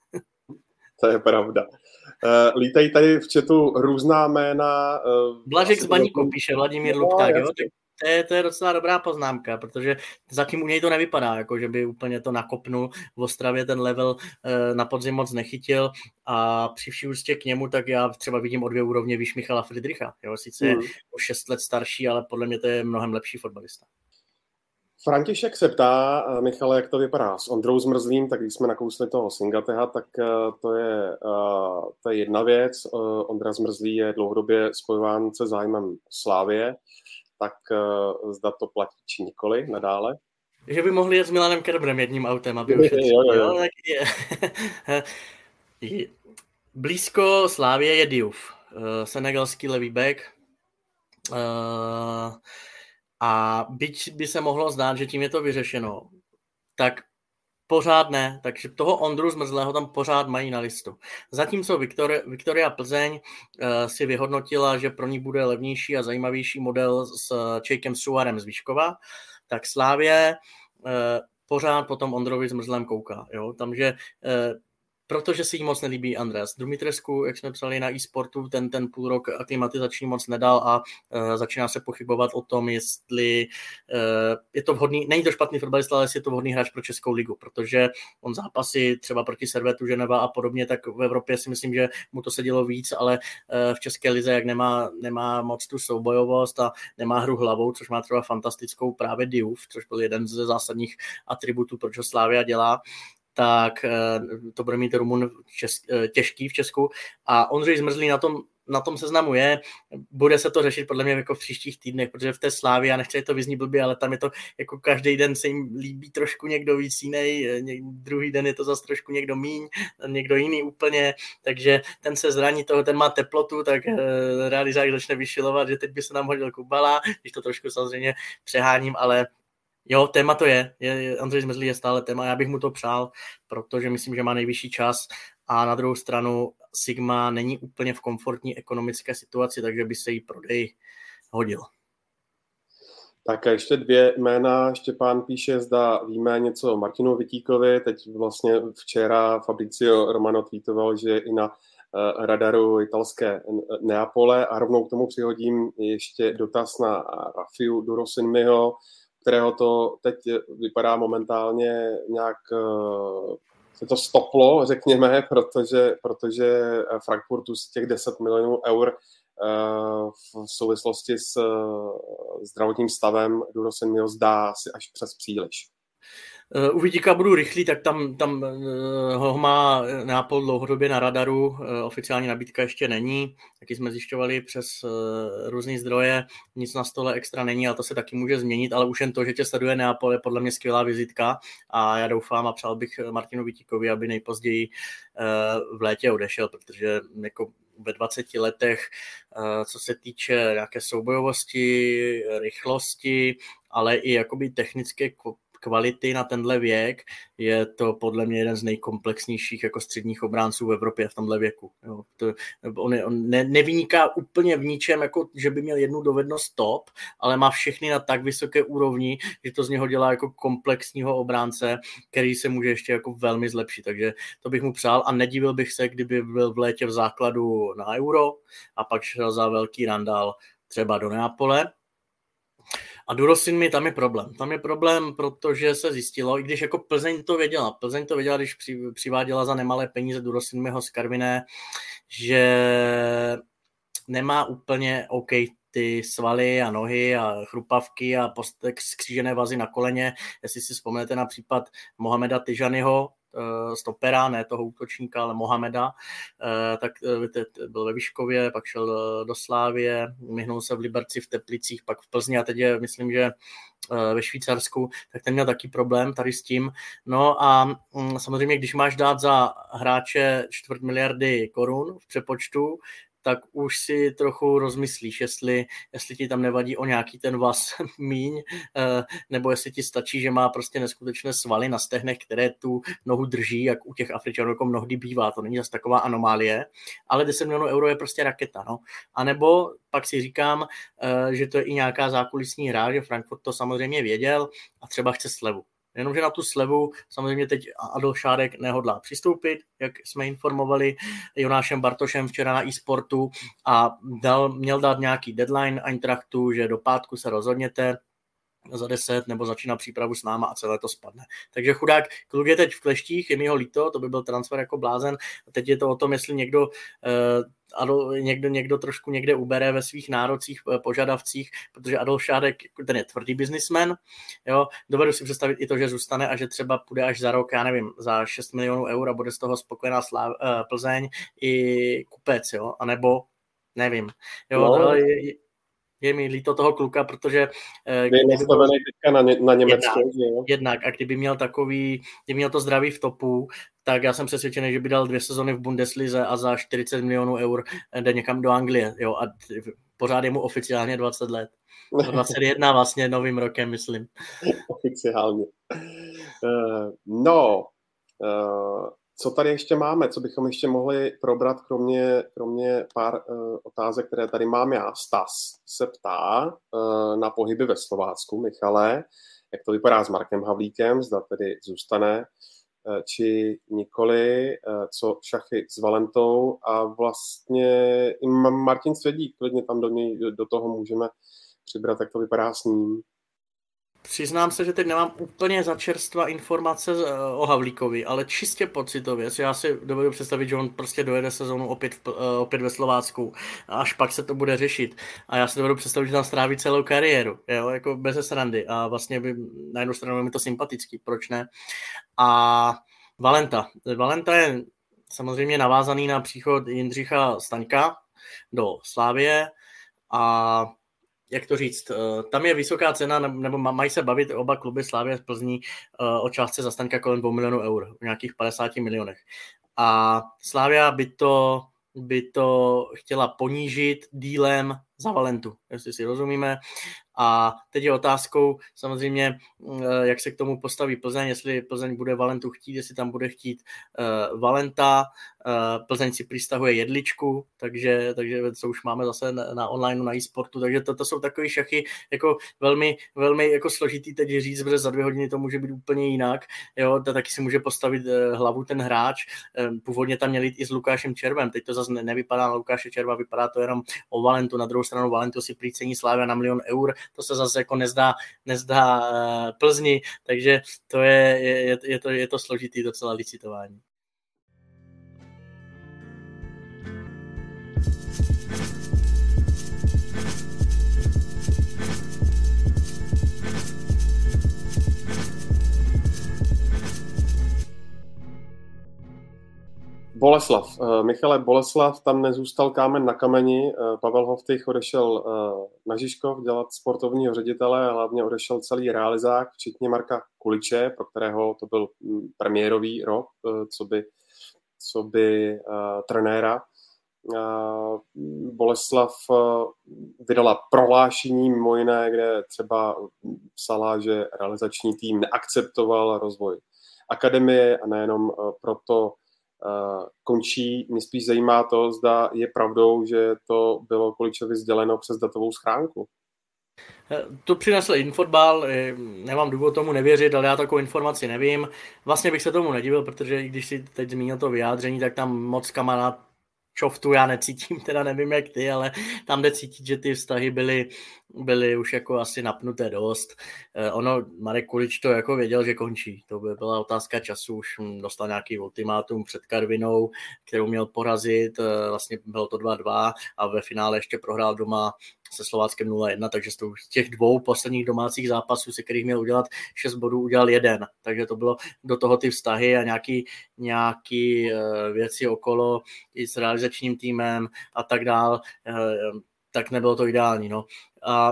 To je pravda. Uh, lítají tady v chatu různá jména. Uh, Blažek z Baníku to... píše Vladimír no, Lupták, jo? To je, to je docela dobrá poznámka, protože zatím u něj to nevypadá, jako že by úplně to nakopnul. V Ostravě ten level e, na podzim moc nechytil a při vší úctě k němu, tak já třeba vidím o dvě úrovně výš Michala Friedricha. Jo? Sice je mm. o šest let starší, ale podle mě to je mnohem lepší fotbalista. František se ptá, Michale, jak to vypadá s Ondrou Zmrzlým, tak když jsme nakousli toho Singateha, tak to je, to je jedna věc. Ondra Zmrzlý je dlouhodobě spojován se zájmem Slávie, tak uh, zda to platí či nikoli nadále. Že by mohli jet s Milanem Kerbrem jedním autem, aby ušetřili. jo, jo, jo. Jo, tak je. Blízko Slávie je Diouf, uh, senegalský levý back. Uh, a byť by se mohlo zdát, že tím je to vyřešeno, tak Pořád ne, takže toho Ondru Zmrzlého tam pořád mají na listu. Zatímco Viktor, Viktoria Plzeň uh, si vyhodnotila, že pro ní bude levnější a zajímavější model s Čejkem Suarem z Výškova, tak Slavie uh, pořád potom Ondrovi Zmrzlém kouká. Jo? Takže uh, protože si jí moc nelíbí Andreas Dumitrescu, jak jsme psali na e-sportu, ten, ten půl rok aklimatizační moc nedal a uh, začíná se pochybovat o tom, jestli uh, je to vhodný, není to špatný fotbalista, ale jestli je to vhodný hráč pro Českou ligu, protože on zápasy třeba proti Servetu Ženeva a podobně, tak v Evropě si myslím, že mu to sedělo víc, ale uh, v České lize, jak nemá, nemá moc tu soubojovost a nemá hru hlavou, což má třeba fantastickou právě Diouf, což byl jeden ze zásadních atributů, proč ho Slavia dělá, tak to bude mít Rumun česk- těžký v Česku a Ondřej Zmrzlý na tom, na tom seznamu je, bude se to řešit podle mě jako v příštích týdnech, protože v té Slávii, já nechci to vyznít blbě, ale tam je to jako každý den se jim líbí trošku někdo víc jiný, druhý den je to zase trošku někdo míň, někdo jiný úplně, takže ten se zraní toho, ten má teplotu, tak realizák začne vyšilovat, že teď by se nám hodil Kubala, když to trošku samozřejmě přeháním, ale jo, téma to je. je Ondřej Zmrzlý je stále téma. Já bych mu to přál, protože myslím, že má nejvyšší čas a na druhou stranu Sigma není úplně v komfortní ekonomické situaci, takže by se jí prodej hodil. Tak a ještě dvě jména. Štěpán píše, zda víme něco o Martinu Vitíkovi. Teď vlastně včera Fabrizio Romano tweetoval, že i na radaru italské Neapole a rovnou k tomu přihodím ještě dotaz na Rafiu Durosinmiho, kterého to teď vypadá momentálně nějak se to stoplo, řekněme, protože, protože Frankfurtu z těch deset milionů eur v souvislosti s zdravotním stavem Durosinmiho zdá si až přes příliš. U Vidíka budu rychlý, tak tam, tam ho má Neapol dlouhodobě na radaru, oficiální nabídka ještě není, taky jsme zjišťovali přes různý zdroje, nic na stole extra není, ale to se taky může změnit, ale už jen to, že tě sleduje Neapol, je podle mě skvělá vizitka a já doufám a přál bych Martinu Vitíkovi, aby nejpozději v létě odešel, protože jako ve dvaceti letech, co se týče nějaké soubojovosti, rychlosti, ale i jakoby technické kvality na tenhle věk, je to podle mě jeden z nejkomplexnějších jako středních obránců v Evropě v tomhle věku. Jo, to, on je, on ne, nevyniká úplně v ničem, jako, že by měl jednu dovednost top, ale má všechny na tak vysoké úrovni, že to z něho dělá jako komplexního obránce, který se může ještě jako velmi zlepšit. Takže to bych mu přál a nedivil bych se, kdyby byl v létě v základu na Euro a pak šel za velký randál třeba do Neapole. A Durosinmi, tam je problém. Tam je problém, protože se zjistilo, i když jako Plzeň to věděla, Plzeň to věděla, když při, přiváděla za nemalé peníze Durosinmiho z Karviné, že nemá úplně OK ty svaly a nohy a chrupavky a postek skřížené vazy na koleně. Jestli si vzpomenete na případ Mohameda Tijaniho, stopera, ne toho útočníka, ale Mohameda, tak byl ve Výškově, pak šel do Slávie, myhnul se v Liberci, v Teplicích, pak v Plzni a teď je, myslím, že ve Švýcarsku, tak ten měl taky problém tady s tím. No a samozřejmě, když máš dát za hráče čtvrt miliardy korun v přepočtu, tak už si trochu rozmyslíš, jestli, jestli ti tam nevadí o nějaký ten vaz míň, nebo jestli ti stačí, že má prostě neskutečné svaly na stehnech, které tu nohu drží, jak u těch Afričanů jako mnohdy bývá. To není zase taková anomálie, ale deset milionů euro je prostě raketa. No. A nebo pak si říkám, že to je i nějaká zákulisní hra, že Frankfurt to samozřejmě věděl a třeba chce slevu. Jenomže na tu slevu samozřejmě teď Adolf Šárek nehodlá přistoupit, jak jsme informovali Jonášem Bartošem včera na e-sportu a dal, měl dát nějaký deadline Eintrachtu, že do pátku se rozhodněte za deset nebo začíná přípravu s náma a celé to spadne. Takže chudák kluk je teď v kleštích, je mi ho líto, to by byl transfer jako blázen. A teď je to o tom, jestli někdo, eh, Adol, někdo, někdo trošku někde ubere ve svých nárocích, požadavcích, protože Adolf Šárek, ten je tvrdý businessman, jo, dovedu si představit i to, že zůstane a že třeba půjde až za rok, já nevím, za šest milionů eur a bude z toho spokojená Sláv, eh, Plzeň i Kupec, jo, anebo nevím, jo, no. Ale je, je mi líto toho kluka, protože je nastavený teďka na, ně, na Německo. Jednak, jednak, a kdyby měl takový, kdyby měl to zdraví v topu, tak já jsem přesvědčený, že by dal dvě sezony v Bundeslize a za čtyřicet milionů eur jde někam do Anglie, jo, a pořád je mu oficiálně dvacet let. dvacet jedna vlastně novým rokem, myslím. Oficiálně. No, co tady ještě máme, co bychom ještě mohli probrat, kromě, kromě pár otázek, které tady mám já. Stas se ptá na pohyby ve Slovácku. Michale, jak to vypadá s Markem Havlíkem, zda tedy zůstane či nikoli, co šachy s Valentou a vlastně i Martin Svědík, klidně tam do, něj, do toho můžeme přibrat, jak to vypadá s ním. Přiznám se, že teď nemám úplně začerstva informace o Havlíkovi, ale čistě pocitově, já si dovedu představit, že on prostě dojede sezónu opět, opět ve Slovácku a až pak se to bude řešit. A já si dovedu představit, že tam stráví celou kariéru, jo, jako bez srandy a vlastně by na jednu stranu je mi to sympatický, proč ne? A Valenta. Valenta je samozřejmě navázaný na příchod Jindřicha Staňka do Slavie a jak to říct, tam je vysoká cena, nebo mají se bavit oba kluby Slavie z Plzní o částce za Staňka kolem dvou milionů eur, v nějakých padesáti milionech. A Slavia by to, by to chtěla ponížit dílem za Valentu, jestli si rozumíme. A teď je otázkou samozřejmě, jak se k tomu postaví Plzeň, jestli Plzeň bude Valentu chtít, jestli tam bude chtít uh, Valenta. Uh, Plzeň si přistahuje Jedličku, takže, takže co už máme zase na, na online, na e-sportu, takže to, to jsou takové šachy jako velmi, velmi jako složitý teď říct, protože za dvě hodiny to může být úplně jinak. Jo, to taky si může postavit uh, hlavu ten hráč. Um, původně tam měli jít i s Lukášem Červem, teď to zase nevypadá na Lukáše Červa, vypadá to jenom o Valentu. Na druhou stranu Valentu si prý cení Slavia na milion eur, to se zase jako nezdá, nezdá uh, Plzni, takže to je, je, je, to, je to složitý docela licitování. Boleslav. Michale, Boleslav, tam nezůstal kámen na kameni. Pavel Hoftych odešel na Žižkov dělat sportovního ředitele a hlavně odešel celý realizák, včetně Marka Kuliče, pro kterého to byl premiérový rok, co by, co by uh, trenéra. Uh, Boleslav uh, vydala prohlášení mimo jiné, kde třeba psala, že realizační tým neakceptoval rozvoj akademie a nejenom uh, proto Uh, končí. Mě spíš zajímá to, zda je pravdou, že to bylo Kuličovi sděleno přes datovou schránku. To přinesl Infotbal, nemám důvod tomu nevěřit, ale já takovou informaci nevím. Vlastně bych se tomu nedivil, protože i když si teď zmínil to vyjádření, tak tam moc kamarád čoftu já necítím, teda nevím jak ty, ale tam jde cítit, že ty vztahy byly, byly už jako asi napnuté dost. Ono, Marek Kulič to jako věděl, že končí. To by byla otázka času, už dostal nějaký ultimátum před Karvinou, kterou měl porazit, vlastně bylo to dva dva a ve finále ještě prohrál doma se Slováckem nula jedna, takže z těch dvou posledních domácích zápasů, se kterých měl udělat šest bodů, udělal jeden. Takže to bylo do toho ty vztahy a nějaký, nějaký věci okolo i s realizačním týmem a tak dál, tak nebylo to ideální. No. A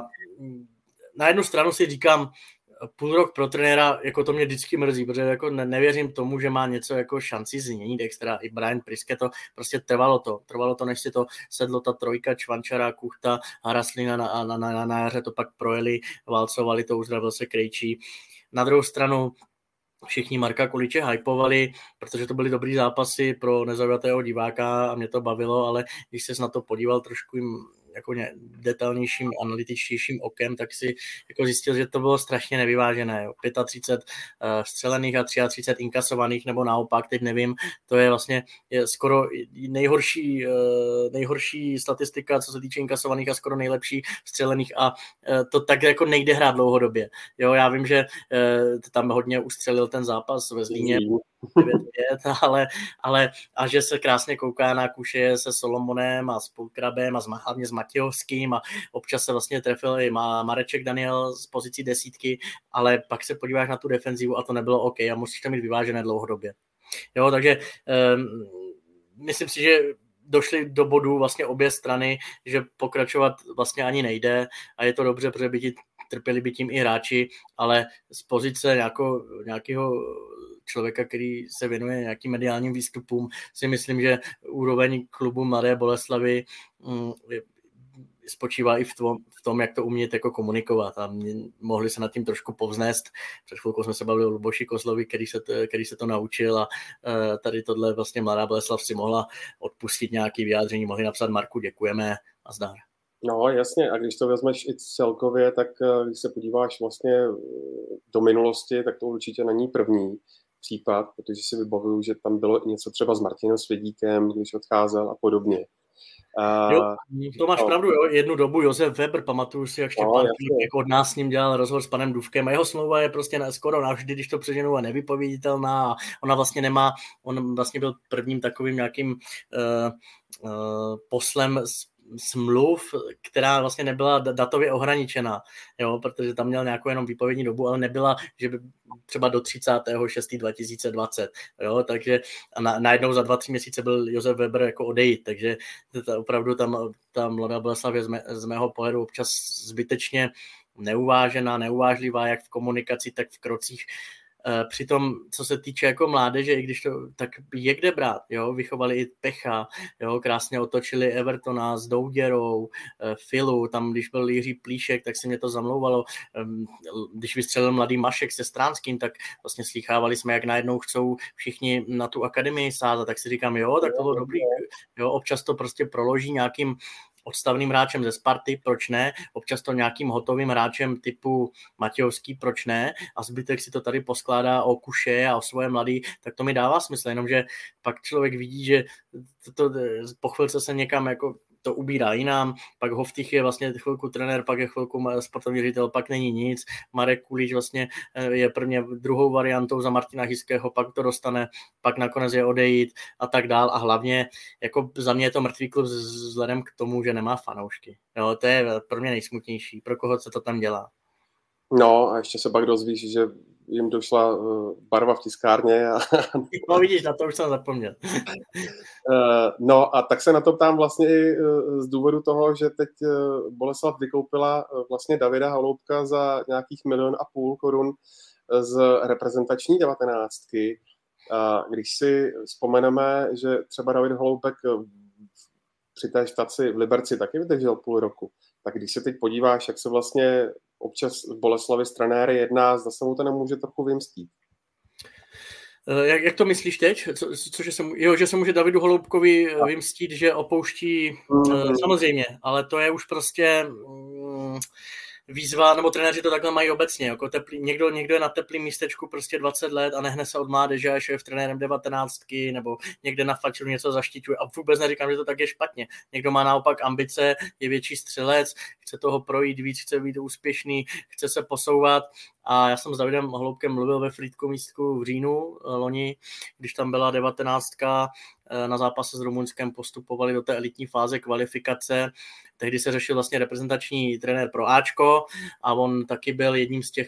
na jednu stranu si říkám, půl rok pro trenéra, jako to mě vždycky mrzí, protože jako nevěřím tomu, že má něco jako šanci změnit extra. I Brian Priske to prostě trvalo to. Trvalo to, než si to sedlo ta trojka, Čvančara, Kuchta, Haraslina na, na, na, na jaře to pak projeli, válcovali to, uzdravil se Krejčí. Na druhou stranu všichni Marka Kuliče hypovali, protože to byly dobrý zápasy pro nezaujatého diváka a mě to bavilo, ale když ses na to podíval trošku jim jako detailnějším, analytičtějším okem, tak si jako zjistil, že to bylo strašně nevyvážené. třicet pět uh, střelených a třicet tři inkasovaných, nebo naopak, teď nevím, to je vlastně je skoro nejhorší, uh, nejhorší statistika, co se týče inkasovaných a skoro nejlepší střelených a uh, to tak jako nejde hrát dlouhodobě. Jo, já vím, že uh, tam hodně ustřelil ten zápas ve Zlíně, devět pět, ale, ale a že se krásně kouká na kuše se Solomonem a s Polkrabem a s, hlavně s Matějovským a občas se vlastně trefil i Mareček Daniel z pozicí desítky, ale pak se podíváš na tu defenzivu a to nebylo OK a musíš to mít vyvážené dlouhodobě. Jo, takže um, myslím si, že došli do bodu vlastně obě strany, že pokračovat vlastně ani nejde a je to dobře, protože by ti trpěli by tím i hráči, ale z pozice nějakého, nějakého člověka, který se věnuje nějakým mediálním výstupům, si myslím, že úroveň klubu Mladé Boleslavy spočívá i v tom, v tom, jak to umět jako komunikovat a mě, mohli se nad tím trošku povznést. Před chvilkou jsme se bavili o Luboši Kozlovi, který se, to, který se to naučil a uh, tady tohle vlastně Mladá Boleslav si mohla odpustit nějaké vyjádření, mohli napsat Marku děkujeme a zdar. No jasně, a když to vezmeš i celkově, tak když se podíváš vlastně do minulosti, tak to určitě není první případ, protože si vybavuju, že tam bylo něco třeba s Martinem Svědíkem, když odcházel a podobně. Jo, to máš no. pravdu, jo. Jednu dobu Josef Weber, pamatuju si, jak Štěpán no, jako od nás s ním dělal rozhovor s panem Dufkem a jeho smlouva je prostě na, skoro navždy, když to přeženu, a nevypověditelná a ona vlastně nemá, on vlastně byl prvním takovým nějakým uh, uh, poslem s smluv, která vlastně nebyla datově ohraničená, jo, protože tam měl nějakou jenom výpovědní dobu, ale nebyla, že by třeba do třicátého šestého dva tisíce dvacet, jo, takže a na, najednou za dva, tři měsíce byl Josef Weber jako odejít, takže ta, opravdu tam ta Mladá Boleslav je z, mé, z mého pohledu občas zbytečně neuvážená, neuvážlivá, jak v komunikaci, tak v krocích. Přitom, co se týče jako mládeže, i když to tak je kde brát, jo, vychovali i Pecha, jo, krásně otočili Evertona s Douděrou, Filu, tam když byl Jiří Plíšek, tak si mě to zamlouvalo, když vystřelil mladý Mašek se Stránským, tak vlastně slýchávali jsme, jak najednou chcou všichni na tu akademii sázat, tak si říkám, jo, tak to bylo dobrý, jo, občas to prostě proloží nějakým odstavným hráčem ze Sparty, proč ne, občas to nějakým hotovým hráčem typu Matějovský, proč ne, a zbytek si to tady poskládá o Kuše a o svoje mladý, tak to mi dává smysl, jenomže pak člověk vidí, že to, to po chvilce se někam jako to ubírá jinam, pak Hoftych je vlastně chvilku trenér, pak je chvilku sportovní ředitel, pak není nic, Marek Kulič vlastně je prvně druhou variantou za Martina Hyského, pak to dostane, pak nakonec je odejít a tak dál a hlavně jako za mě je to mrtvý klub vzhledem k tomu, že nemá fanoušky. Jo, to je pro mě nejsmutnější, pro koho se to tam dělá. No a ještě se pak dozvíš, že jim došla barva v tiskárně. A... No vidíš, na to už jsem zapomněl. No a tak se na to ptám vlastně i z důvodu toho, že teď Boleslav vykoupila vlastně Davida Holoubka za nějakých milion a půl korun z reprezentační devatenáctky. Když si vzpomeneme, že třeba David Holoubek při té štaci v Liberci taky vydržel půl roku, tak když se teď podíváš, jak se vlastně občas v Boleslavi s trenéry jedná, zda se mu to nemůže trochu vymstít. Jak, jak to myslíš teď? Co, co, že, se, jo, že se může Davidu Holoubkovi vymstít, že opouští? Mm. Samozřejmě, ale to je už prostě mm, výzva, nebo trenéři to takhle mají obecně. Jako teplý, někdo, někdo je na teplým místečku prostě dvacet let a nehne se od mládeže a je v trenérem devatenáctky nebo někde na fačru něco zaštiťuje a vůbec neříkám, že to tak je špatně. Někdo má naopak ambice, je větší střelec, chce toho projít víc, chce být úspěšný, chce se posouvat. A já jsem s Davidem Holoubkem mluvil ve Frýdku místku v říjnu loni, když tam byla devatenáctka, na zápase s Rumunskem postupovali do té elitní fáze kvalifikace. Tehdy se řešil vlastně reprezentační trenér pro Ačko a on taky byl jedním z těch,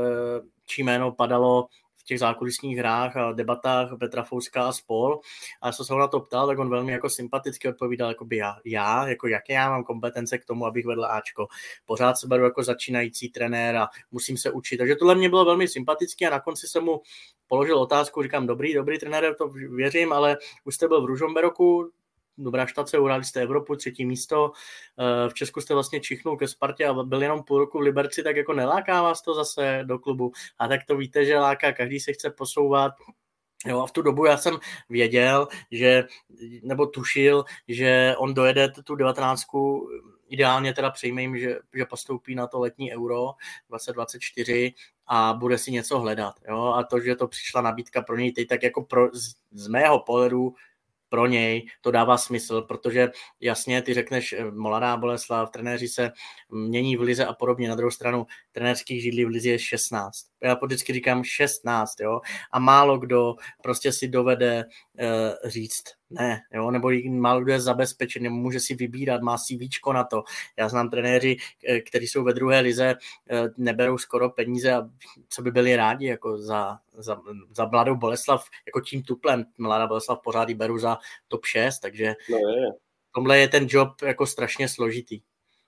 čí jméno padalo v těch zákulisních hrách a debatách Petra Fouska a spol. A já jsem se ho na to ptal, tak on velmi jako sympaticky odpovídal, jakoby já, já, jako jaké já mám kompetence k tomu, abych vedl Ačko. Pořád se beru jako začínající trenér a musím se učit. Takže tohle mě bylo velmi sympatické a na konci jsem mu položil otázku, říkám, dobrý, dobrý trenér, to věřím, ale už jste byl v Ružomberoku, dobrá štace, uráli jste Evropu, třetí místo, v Česku jste vlastně čichnul ke Spartě a byl jenom půl roku v Liberci, tak jako neláká vás to zase do klubu. A tak to víte, že láká, každý se chce posouvat. Jo, a v tu dobu já jsem věděl, že, nebo tušil, že on dojede tu devatenáctku, ideálně teda přejmejím, že, že postoupí na to letní Euro dvacet dvacet čtyři a bude si něco hledat. Jo? A to, že to přišla nabídka pro něj teď, tak jako pro, z, z mého pohledu pro něj to dává smysl, protože jasně, ty řekneš Mladá Boleslav, trenéři se mění v lize a podobně. Na druhou stranu trenérských židlí v lize je šestnáct. Já vždycky říkám šestnáct, jo, a málo kdo prostě si dovede uh, říct ne, jo, nebo málo kdo je zabezpečen, může si vybírat, má CVčko na to. Já znám trenéři, kteří jsou ve druhé lize, neberou skoro peníze a co by byli rádi jako za, za, za Mladou Boleslav, jako tím tuplem. Mladá Boleslav pořád ji beru za top šest, takže no je. Tomhle je ten job jako strašně složitý.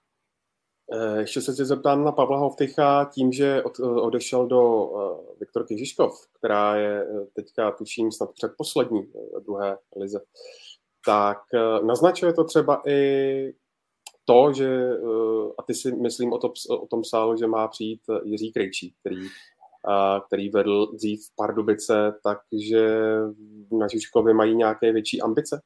Ještě se tě zeptám na Pavla Hoftycha tím, že od, odešel do Viktorky Žižkov, která je teďka, tuším, snad předposlední druhé lize. Tak naznačuje to třeba i to, že, a ty si myslím o, to, o tom psal, že má přijít Jiří Krejčí, který, který vedl dřív Pardubice, takže na Žižkově mají nějaké větší ambice?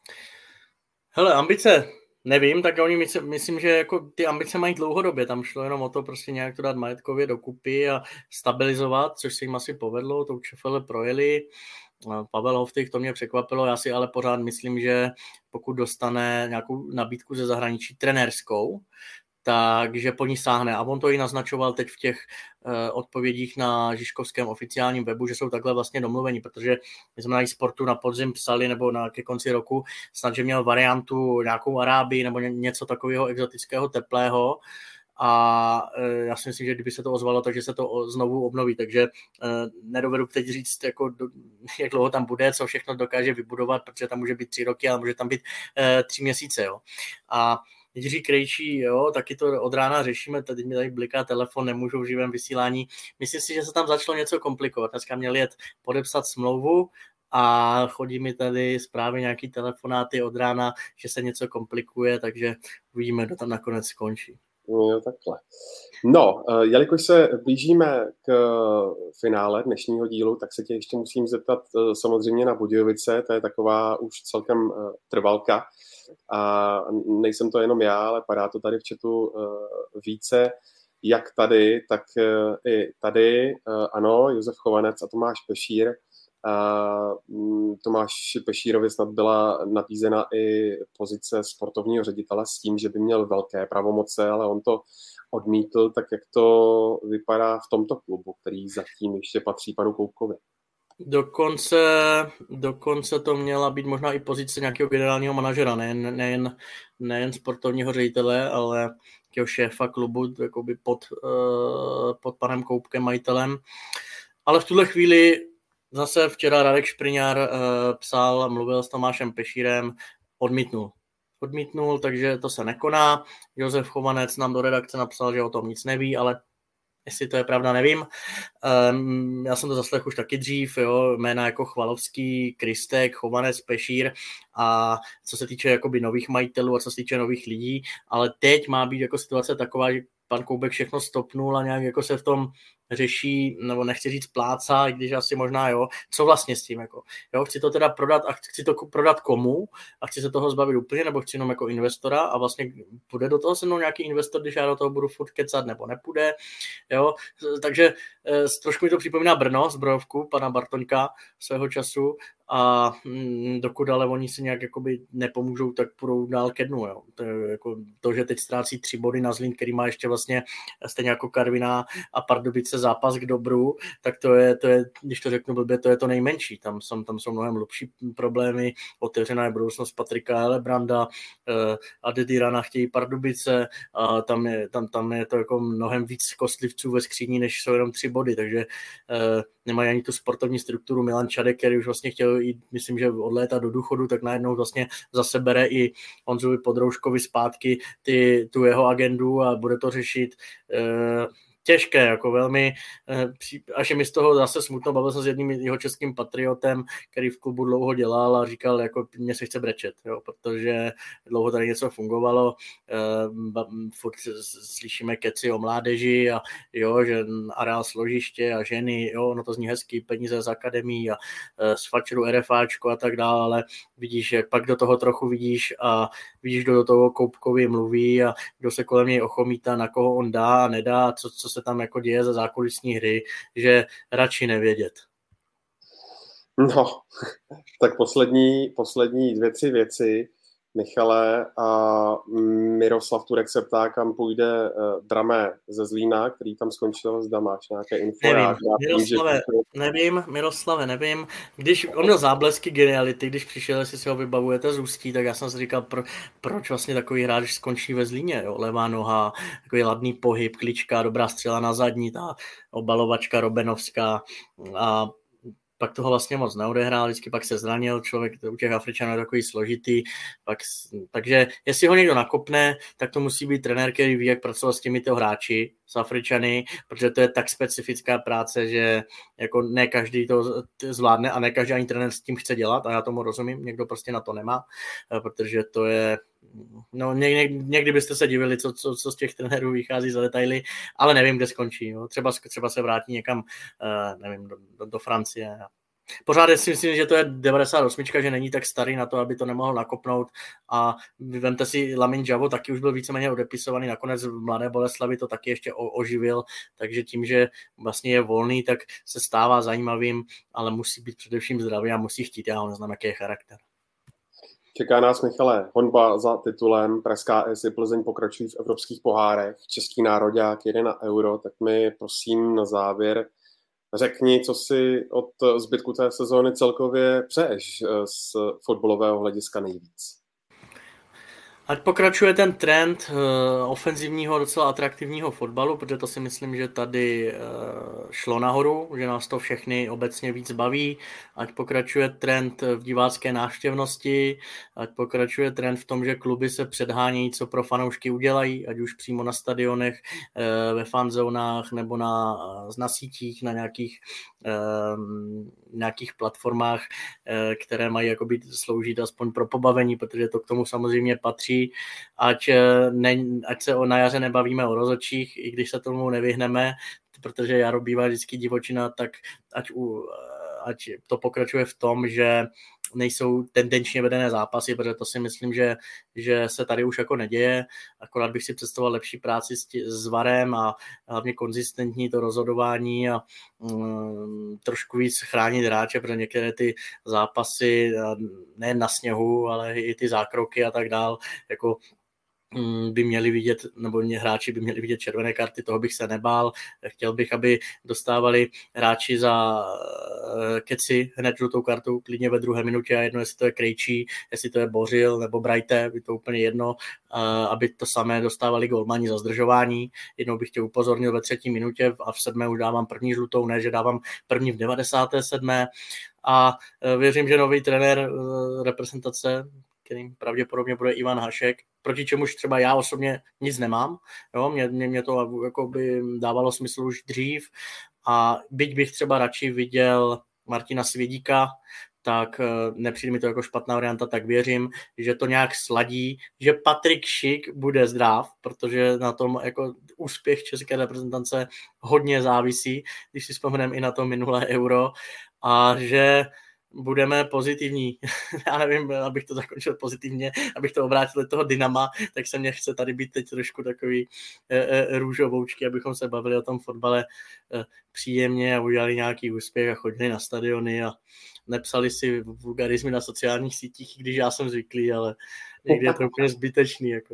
Hele, ambice nevím, tak oni myslím, myslím, že jako ty ambice mají dlouhodobě, tam šlo jenom o to prostě nějak to dát majetkově dokupy a stabilizovat, což se jim asi povedlo, to ČFL projeli. Pavel Hovtych, to mě překvapilo, já si ale pořád myslím, že pokud dostane nějakou nabídku ze zahraničí trenérskou, takže po ní sáhne. A on to i naznačoval teď v těch uh, odpovědích na žižkovském oficiálním webu, že jsou takhle vlastně domluveni, protože my jsme na sportu na podzim psali, nebo na ke konci roku, snad, že měl variantu nějakou Arábii nebo něco takového exotického, teplého. A e, já si myslím, že kdyby se to ozvalo, takže se to o, znovu obnoví. Takže e, nedovedu teď říct, jako, do, jak dlouho tam bude, co všechno dokáže vybudovat, protože tam může být tři roky, ale může tam být e, tři měsíce. Jo. A Jiří Krejčí, jo, taky to od rána řešíme, tady mi tady bliká telefon, nemůžu v živém vysílání. Myslím si, že se tam začalo něco komplikovat. Dneska měl jet podepsat smlouvu a chodí mi tady zprávy, nějaký telefonáty od rána, že se něco komplikuje, takže uvidíme, kdo tam nakonec skončí. Jo, takhle. No, jelikož se blížíme k finále dnešního dílu, tak se tě ještě musím zeptat samozřejmě na Budějovice, to je taková už celkem trvalka a nejsem to jenom já, ale padá to tady v chatu více, jak tady, tak i tady, ano, Josef Chovanec a Tomáš Pešír. Uh, Tomáši Pešírovi snad byla nabízena i pozice sportovního ředitele s tím, že by měl velké pravomoce, ale on to odmítl, tak jak to vypadá v tomto klubu, který zatím ještě patří panu Koubkovi. Dokonce, dokonce to měla být možná i pozice nějakého generálního manažera, nejen, nejen, nejen sportovního ředitele, ale nějakého šéfa klubu jakoby pod, uh, pod panem Koubkem, majitelem. Ale v tuhle chvíli zase včera Radek Špriňár uh, psal, mluvil s Tomášem Pešírem, odmítnul. Odmítnul, takže to se nekoná. Josef Chovanec nám do redakce napsal, že o tom nic neví, ale jestli to je pravda, nevím. Um, já jsem to zaslechl už taky dřív, jo, jména jako Chvalovský, Kristek, Chovanec, Pešír a co se týče jakoby nových majitelů a co se týče nových lidí, ale teď má být jako situace taková, že pan Koubek všechno stopnul a nějak jako se v tom řeší, nebo nechci říct pláca, i když asi možná jo, co vlastně s tím, jako, jo, chci to teda prodat a chci to prodat komu a chci se toho zbavit úplně, nebo chci jenom jako investora a vlastně půjde do toho se mnou nějaký investor, když já do toho budu furt kecat, nebo nepůjde, jo, takže eh, trošku mi to připomíná Brno, zbrojovku pana Bartoňka svého času a hm, dokud ale oni si nějak jakoby nepomůžou, tak půjdou dál ke dnu, jo, to, je jako to, že teď ztrácí tři body na Zlín, který má ještě vlastně stejně jako Karviná a Pardubice zápas k dobru, tak to je, to je, když to řeknu blbě, to je to nejmenší. Tam jsou, tam jsou mnohem hlubší problémy, otevřená je budoucnost Patrika Helebranda, eh, Adedirana chtějí Pardubice a tam je, tam, tam je to jako mnohem víc kostlivců ve skříni, než jsou jenom tři body, takže eh, nemají ani tu sportovní strukturu. Milan Čadek, který už vlastně chtěl jít, myslím, že od léta do důchodu, tak najednou vlastně zase bere i Honzovi Podroužkovi zpátky ty, tu jeho agendu a bude to řešit eh, těžké, jako velmi, až je mi z toho zase smutno, bavil jsem s jedním jeho českým patriotem, který v klubu dlouho dělal a říkal, jako mě se chce brečet, jo, protože dlouho tady něco fungovalo, furt slyšíme keci o mládeži a jo, že areál složiště a ženy, jo, no to zní hezky, peníze z akademií a z fačeru RFáčko a tak dále, ale vidíš, jak pak do toho trochu vidíš a vidíš, kdo do toho Koubkovi mluví a kdo se kolem něj ochomítá, na koho on dá a nedá, co, co se tam jako děje za zákulisní hry, že radši nevědět. No, tak poslední, poslední dvě, tři věci. Michale, a Miroslav Turek se ptá, kam půjde uh, Dramé ze Zlína, který tam skončil, zda máš nějaké info. Nevím, já, Miroslave, že... nevím, Miroslave, nevím. Když on měl záblesky geniality, když přišel, jestli si ho vybavujete z Ústí, tak já jsem si říkal, pro, proč vlastně takový hráč skončí ve Zlíně, jo? Levá noha, takový ladný pohyb, klička, dobrá střela na zadní, ta obalovačka Robenovská a pak toho vlastně moc neodehrál, vždycky pak se zranil, člověk u těch Afričanů je takový složitý, pak, takže jestli ho někdo nakopne, tak to musí být trenér, který ví, jak pracovat s těmito hráči, s Afričany, protože to je tak specifická práce, že jako ne každý to zvládne a ne každý ani trenér s tím chce dělat a já tomu rozumím, někdo prostě na to nemá, protože to je, no někdy, někdy byste se divili, co, co, co z těch trenérů vychází za detaily, ale nevím, kde skončí, no. třeba, třeba se vrátí někam, nevím, do, do, do Francie. Pořád si myslím, že to je devadesát osm, že není tak starý na to, aby to nemohl nakopnout a vemte si Lamin Javo, taky už byl víceméně odepisovaný, nakonec v Mladé Boleslavi to taky ještě oživil, takže tím, že vlastně je volný, tak se stává zajímavým, ale musí být především zdravý a musí chtít, já ho neznám, jaký je charakter. Čeká nás, Michale, honba za titulem, Pražská es i Plzeň pokračují v evropských pohárech, český nároďák jede na Euro, tak mi prosím na závěr řekni, co si od zbytku té sezóny celkově přeješ z fotbalového hlediska nejvíc. Ať pokračuje ten trend uh, ofenzivního, docela atraktivního fotbalu, protože to si myslím, že tady uh, šlo nahoru, že nás to všechny obecně víc baví. Ať pokračuje trend v divácké návštěvnosti, ať pokračuje trend v tom, že kluby se předhánějí, co pro fanoušky udělají, ať už přímo na stadionech, uh, ve fanzónách nebo na, na sítích, na nějakých, uh, nějakých platformách, uh, které mají jakoby sloužit aspoň pro pobavení, protože to k tomu samozřejmě patří. Ať, ne, ať se o, na jaře nebavíme o rozhodčích, i když se tomu nevyhneme, protože jaro bývá vždycky divočina, tak ať, u, ať to pokračuje v tom, že nejsou tendenčně vedené zápasy, protože to si myslím, že, že se tady už jako neděje. Akorát bych si představoval lepší práci s, tí, s varem a hlavně konzistentní to rozhodování a mm, trošku víc chránit hráče, protože některé ty zápasy, ne na sněhu, ale i ty zákroky a tak dál, jako by měli vidět, nebo hráči by měli vidět červené karty, toho bych se nebál. Chtěl bych, aby dostávali hráči za keci hned žlutou kartu, klidně ve druhé minutě, a jedno, jestli to je Krejčí, jestli to je Bořil nebo Brajte, by to úplně jedno, aby to samé dostávali golmani za zdržování. Jednou bych tě upozornil ve třetí minutě a v sedmé už dávám první žlutou, ne, že dávám první v devadesáté sedmé A věřím, že nový trenér reprezentace, kterým pravděpodobně bude Ivan Hašek, proti čemuž třeba já osobně nic nemám. Jo, mě, mě, mě to jako by dávalo smysl už dřív a byť bych třeba radši viděl Martina Svědíka, tak nepřijde mi to jako špatná varianta, tak věřím, že to nějak sladí, že Patrik Šik bude zdrav, protože na tom jako úspěch české reprezentace hodně závisí, když si vzpomeneme i na to minulé Euro, a že budeme pozitivní. Já nevím, abych to zakončil pozitivně, abych to obrátil do toho Dynama, tak se mně chce tady být teď trošku takový e, e, růžovoučky, abychom se bavili o tom fotbale e, příjemně a udělali nějaký úspěch a chodili na stadiony a nepsali si vulgarizmy na sociálních sítích, když já jsem zvyklý, ale někdy je to úplně zbytečný. Jako.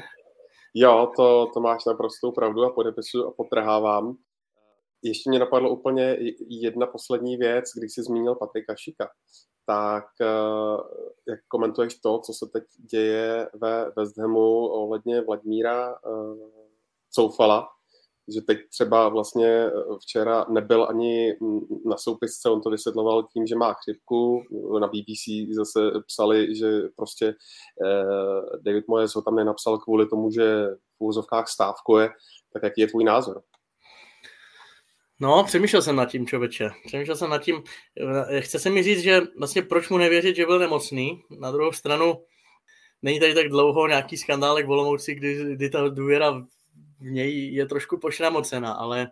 Jo, to, to máš naprostou pravdu a podepisuju a potrhávám. Ještě mě napadlo úplně jedna poslední věc, když jsi zmínil Patrika Šika. Tak jak komentuješ to, co se teď děje ve West Hamu ohledně Vladimíra Coufala, že teď třeba vlastně včera nebyl ani na soupisce, on to vysvětloval tím, že má chřipku, na B B C zase psali, že prostě David Moyes ho tam nenapsal kvůli tomu, že v úvozovkách stávkuje, tak jaký je tvůj názor? No, přemýšlel jsem nad tím, člověče. Přemýšlel jsem nad tím. Chce se mi říct, že vlastně proč mu nevěřit, že byl nemocný. Na druhou stranu není tady tak dlouho nějaký skandálek v Olomouci, kdy, kdy ta důvěra v něj je trošku pošramocena, ale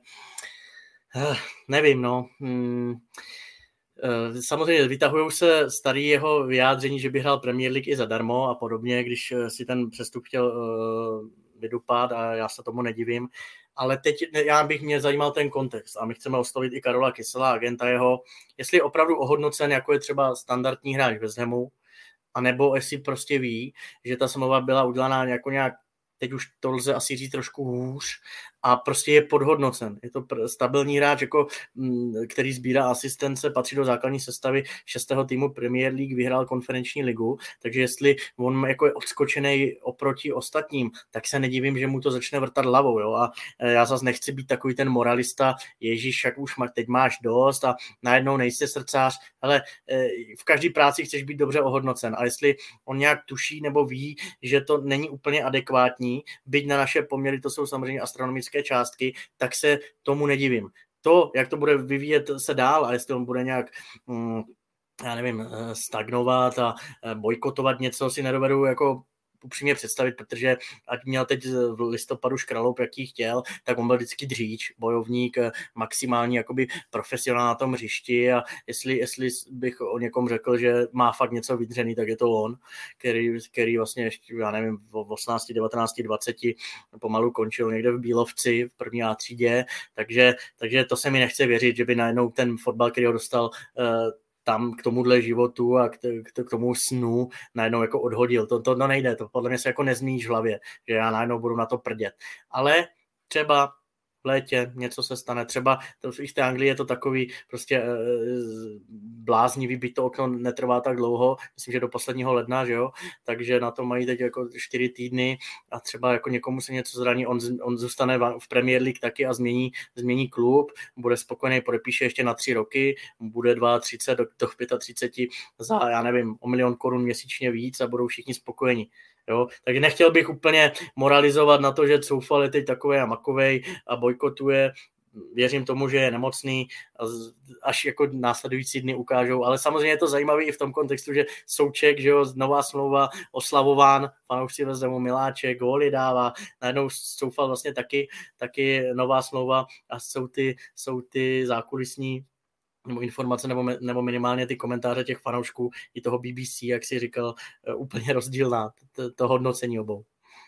nevím, no. Hmm. Samozřejmě vytahují se starý jeho vyjádření, že by hrál Premier League i zadarmo a podobně, když si ten přestup chtěl vydupat, a já se tomu nedivím. Ale teď já bych mě zajímal ten kontext a my chceme oslovit i Karola Kysela, agenta jeho, jestli je opravdu ohodnocen, jako je třeba standardní hráč West Hamu, anebo jestli prostě ví, že ta smlouva byla udělaná jako nějak, teď už to lze asi říct trošku hůř, a prostě je podhodnocen. Je to stabilní hráč, jako, který sbírá asistence, patří do základní sestavy šestého týmu Premier League, vyhrál konferenční ligu, takže jestli on jako je odskočený oproti ostatním, tak se nedivím, že mu to začne vrtat hlavou. Jo? A já zase nechci být takový ten moralista, Ježíš, jak už má, teď máš dost a najednou nejsi srdcář, ale v každé práci chceš být dobře ohodnocen. A jestli on nějak tuší nebo ví, že to není úplně adekvátní, byť na naše poměry to jsou samozřejmě astronomické obrovské částky, tak se tomu nedivím. To, jak to bude vyvíjet se dál a jestli on bude nějak, mm, já nevím, stagnovat a bojkotovat něco, si nedovedu jako upřímně představit, protože ať měl teď v listopadu škraloup, jaký chtěl, tak on byl vždycky dříč, bojovník, maximální jakoby profesionál na tom hřišti a jestli, jestli bych o někom řekl, že má fakt něco vydřený, tak je to on, který, který vlastně ještě, já nevím, v osmnácti, devatenácti, dvaceti pomalu končil někde v Bílovci v první A třídě, takže, takže to se mi nechce věřit, že by najednou ten fotbal, který ho dostal tam k tomuhle životu a k, k, k tomu snu najednou jako odhodil. To, to, to nejde, to podle mě se jako nezmíníš v hlavě, že já najednou budu na to prdět. Ale třeba v létě něco se stane, třeba to, v té Anglii je to takový prostě e, bláznivý, byť to okno netrvá tak dlouho, myslím, že do posledního ledna, že jo, takže na to mají teď jako čtyři týdny a třeba jako někomu se něco zraní, on, on zůstane v Premier League taky a změní, změní klub, bude spokojený, podepíše ještě na tři roky, bude třicet dva do, do třicet pět za, já nevím, o milion korun měsíčně víc a budou všichni spokojení. Jo? Takže nechtěl bych úplně moralizovat na to, že Coufal je teď takovej a makovej a bojkotuje. Věřím tomu, že je nemocný, až jako následující dny ukážou, ale samozřejmě je to zajímavé i v tom kontextu, že Souček, že jo, nová smlouva, oslavován, fanoušci vezmou miláček, góly dává, najednou Coufal vlastně taky, taky nová smlouva a jsou ty, jsou ty zákulisní nebo informace, nebo, nebo minimálně ty komentáře těch fanoušků i toho B B C, jak si říkal, úplně rozdílná, to, to hodnocení obou.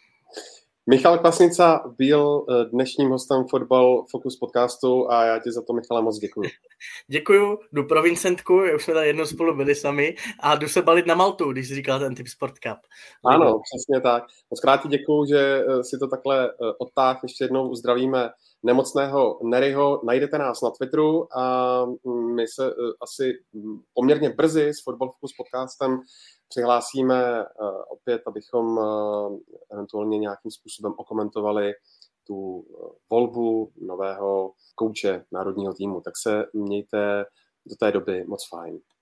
Michal Kvasnica byl dnešním hostem Fotbal Focus podcastu a já ti za to, Michale, moc děkuji. Děkuju, jdu pro Vincentku, už jsme tady jednou spolu byli sami a jdu se balit na Maltu, když jsi říkal ten typ Sport Cup. Ano, přesně tak. Moc krát ti děkuju, že si to takhle odtáhl. Ještě jednou zdravíme nemocného Neryho. Najdete nás na Twitteru a my se asi poměrně brzy s Fotbal Focus podcastem přihlásíme opět, abychom eventuálně nějakým způsobem okomentovali tu volbu nového kouče národního týmu. Tak se mějte do té doby moc fajn.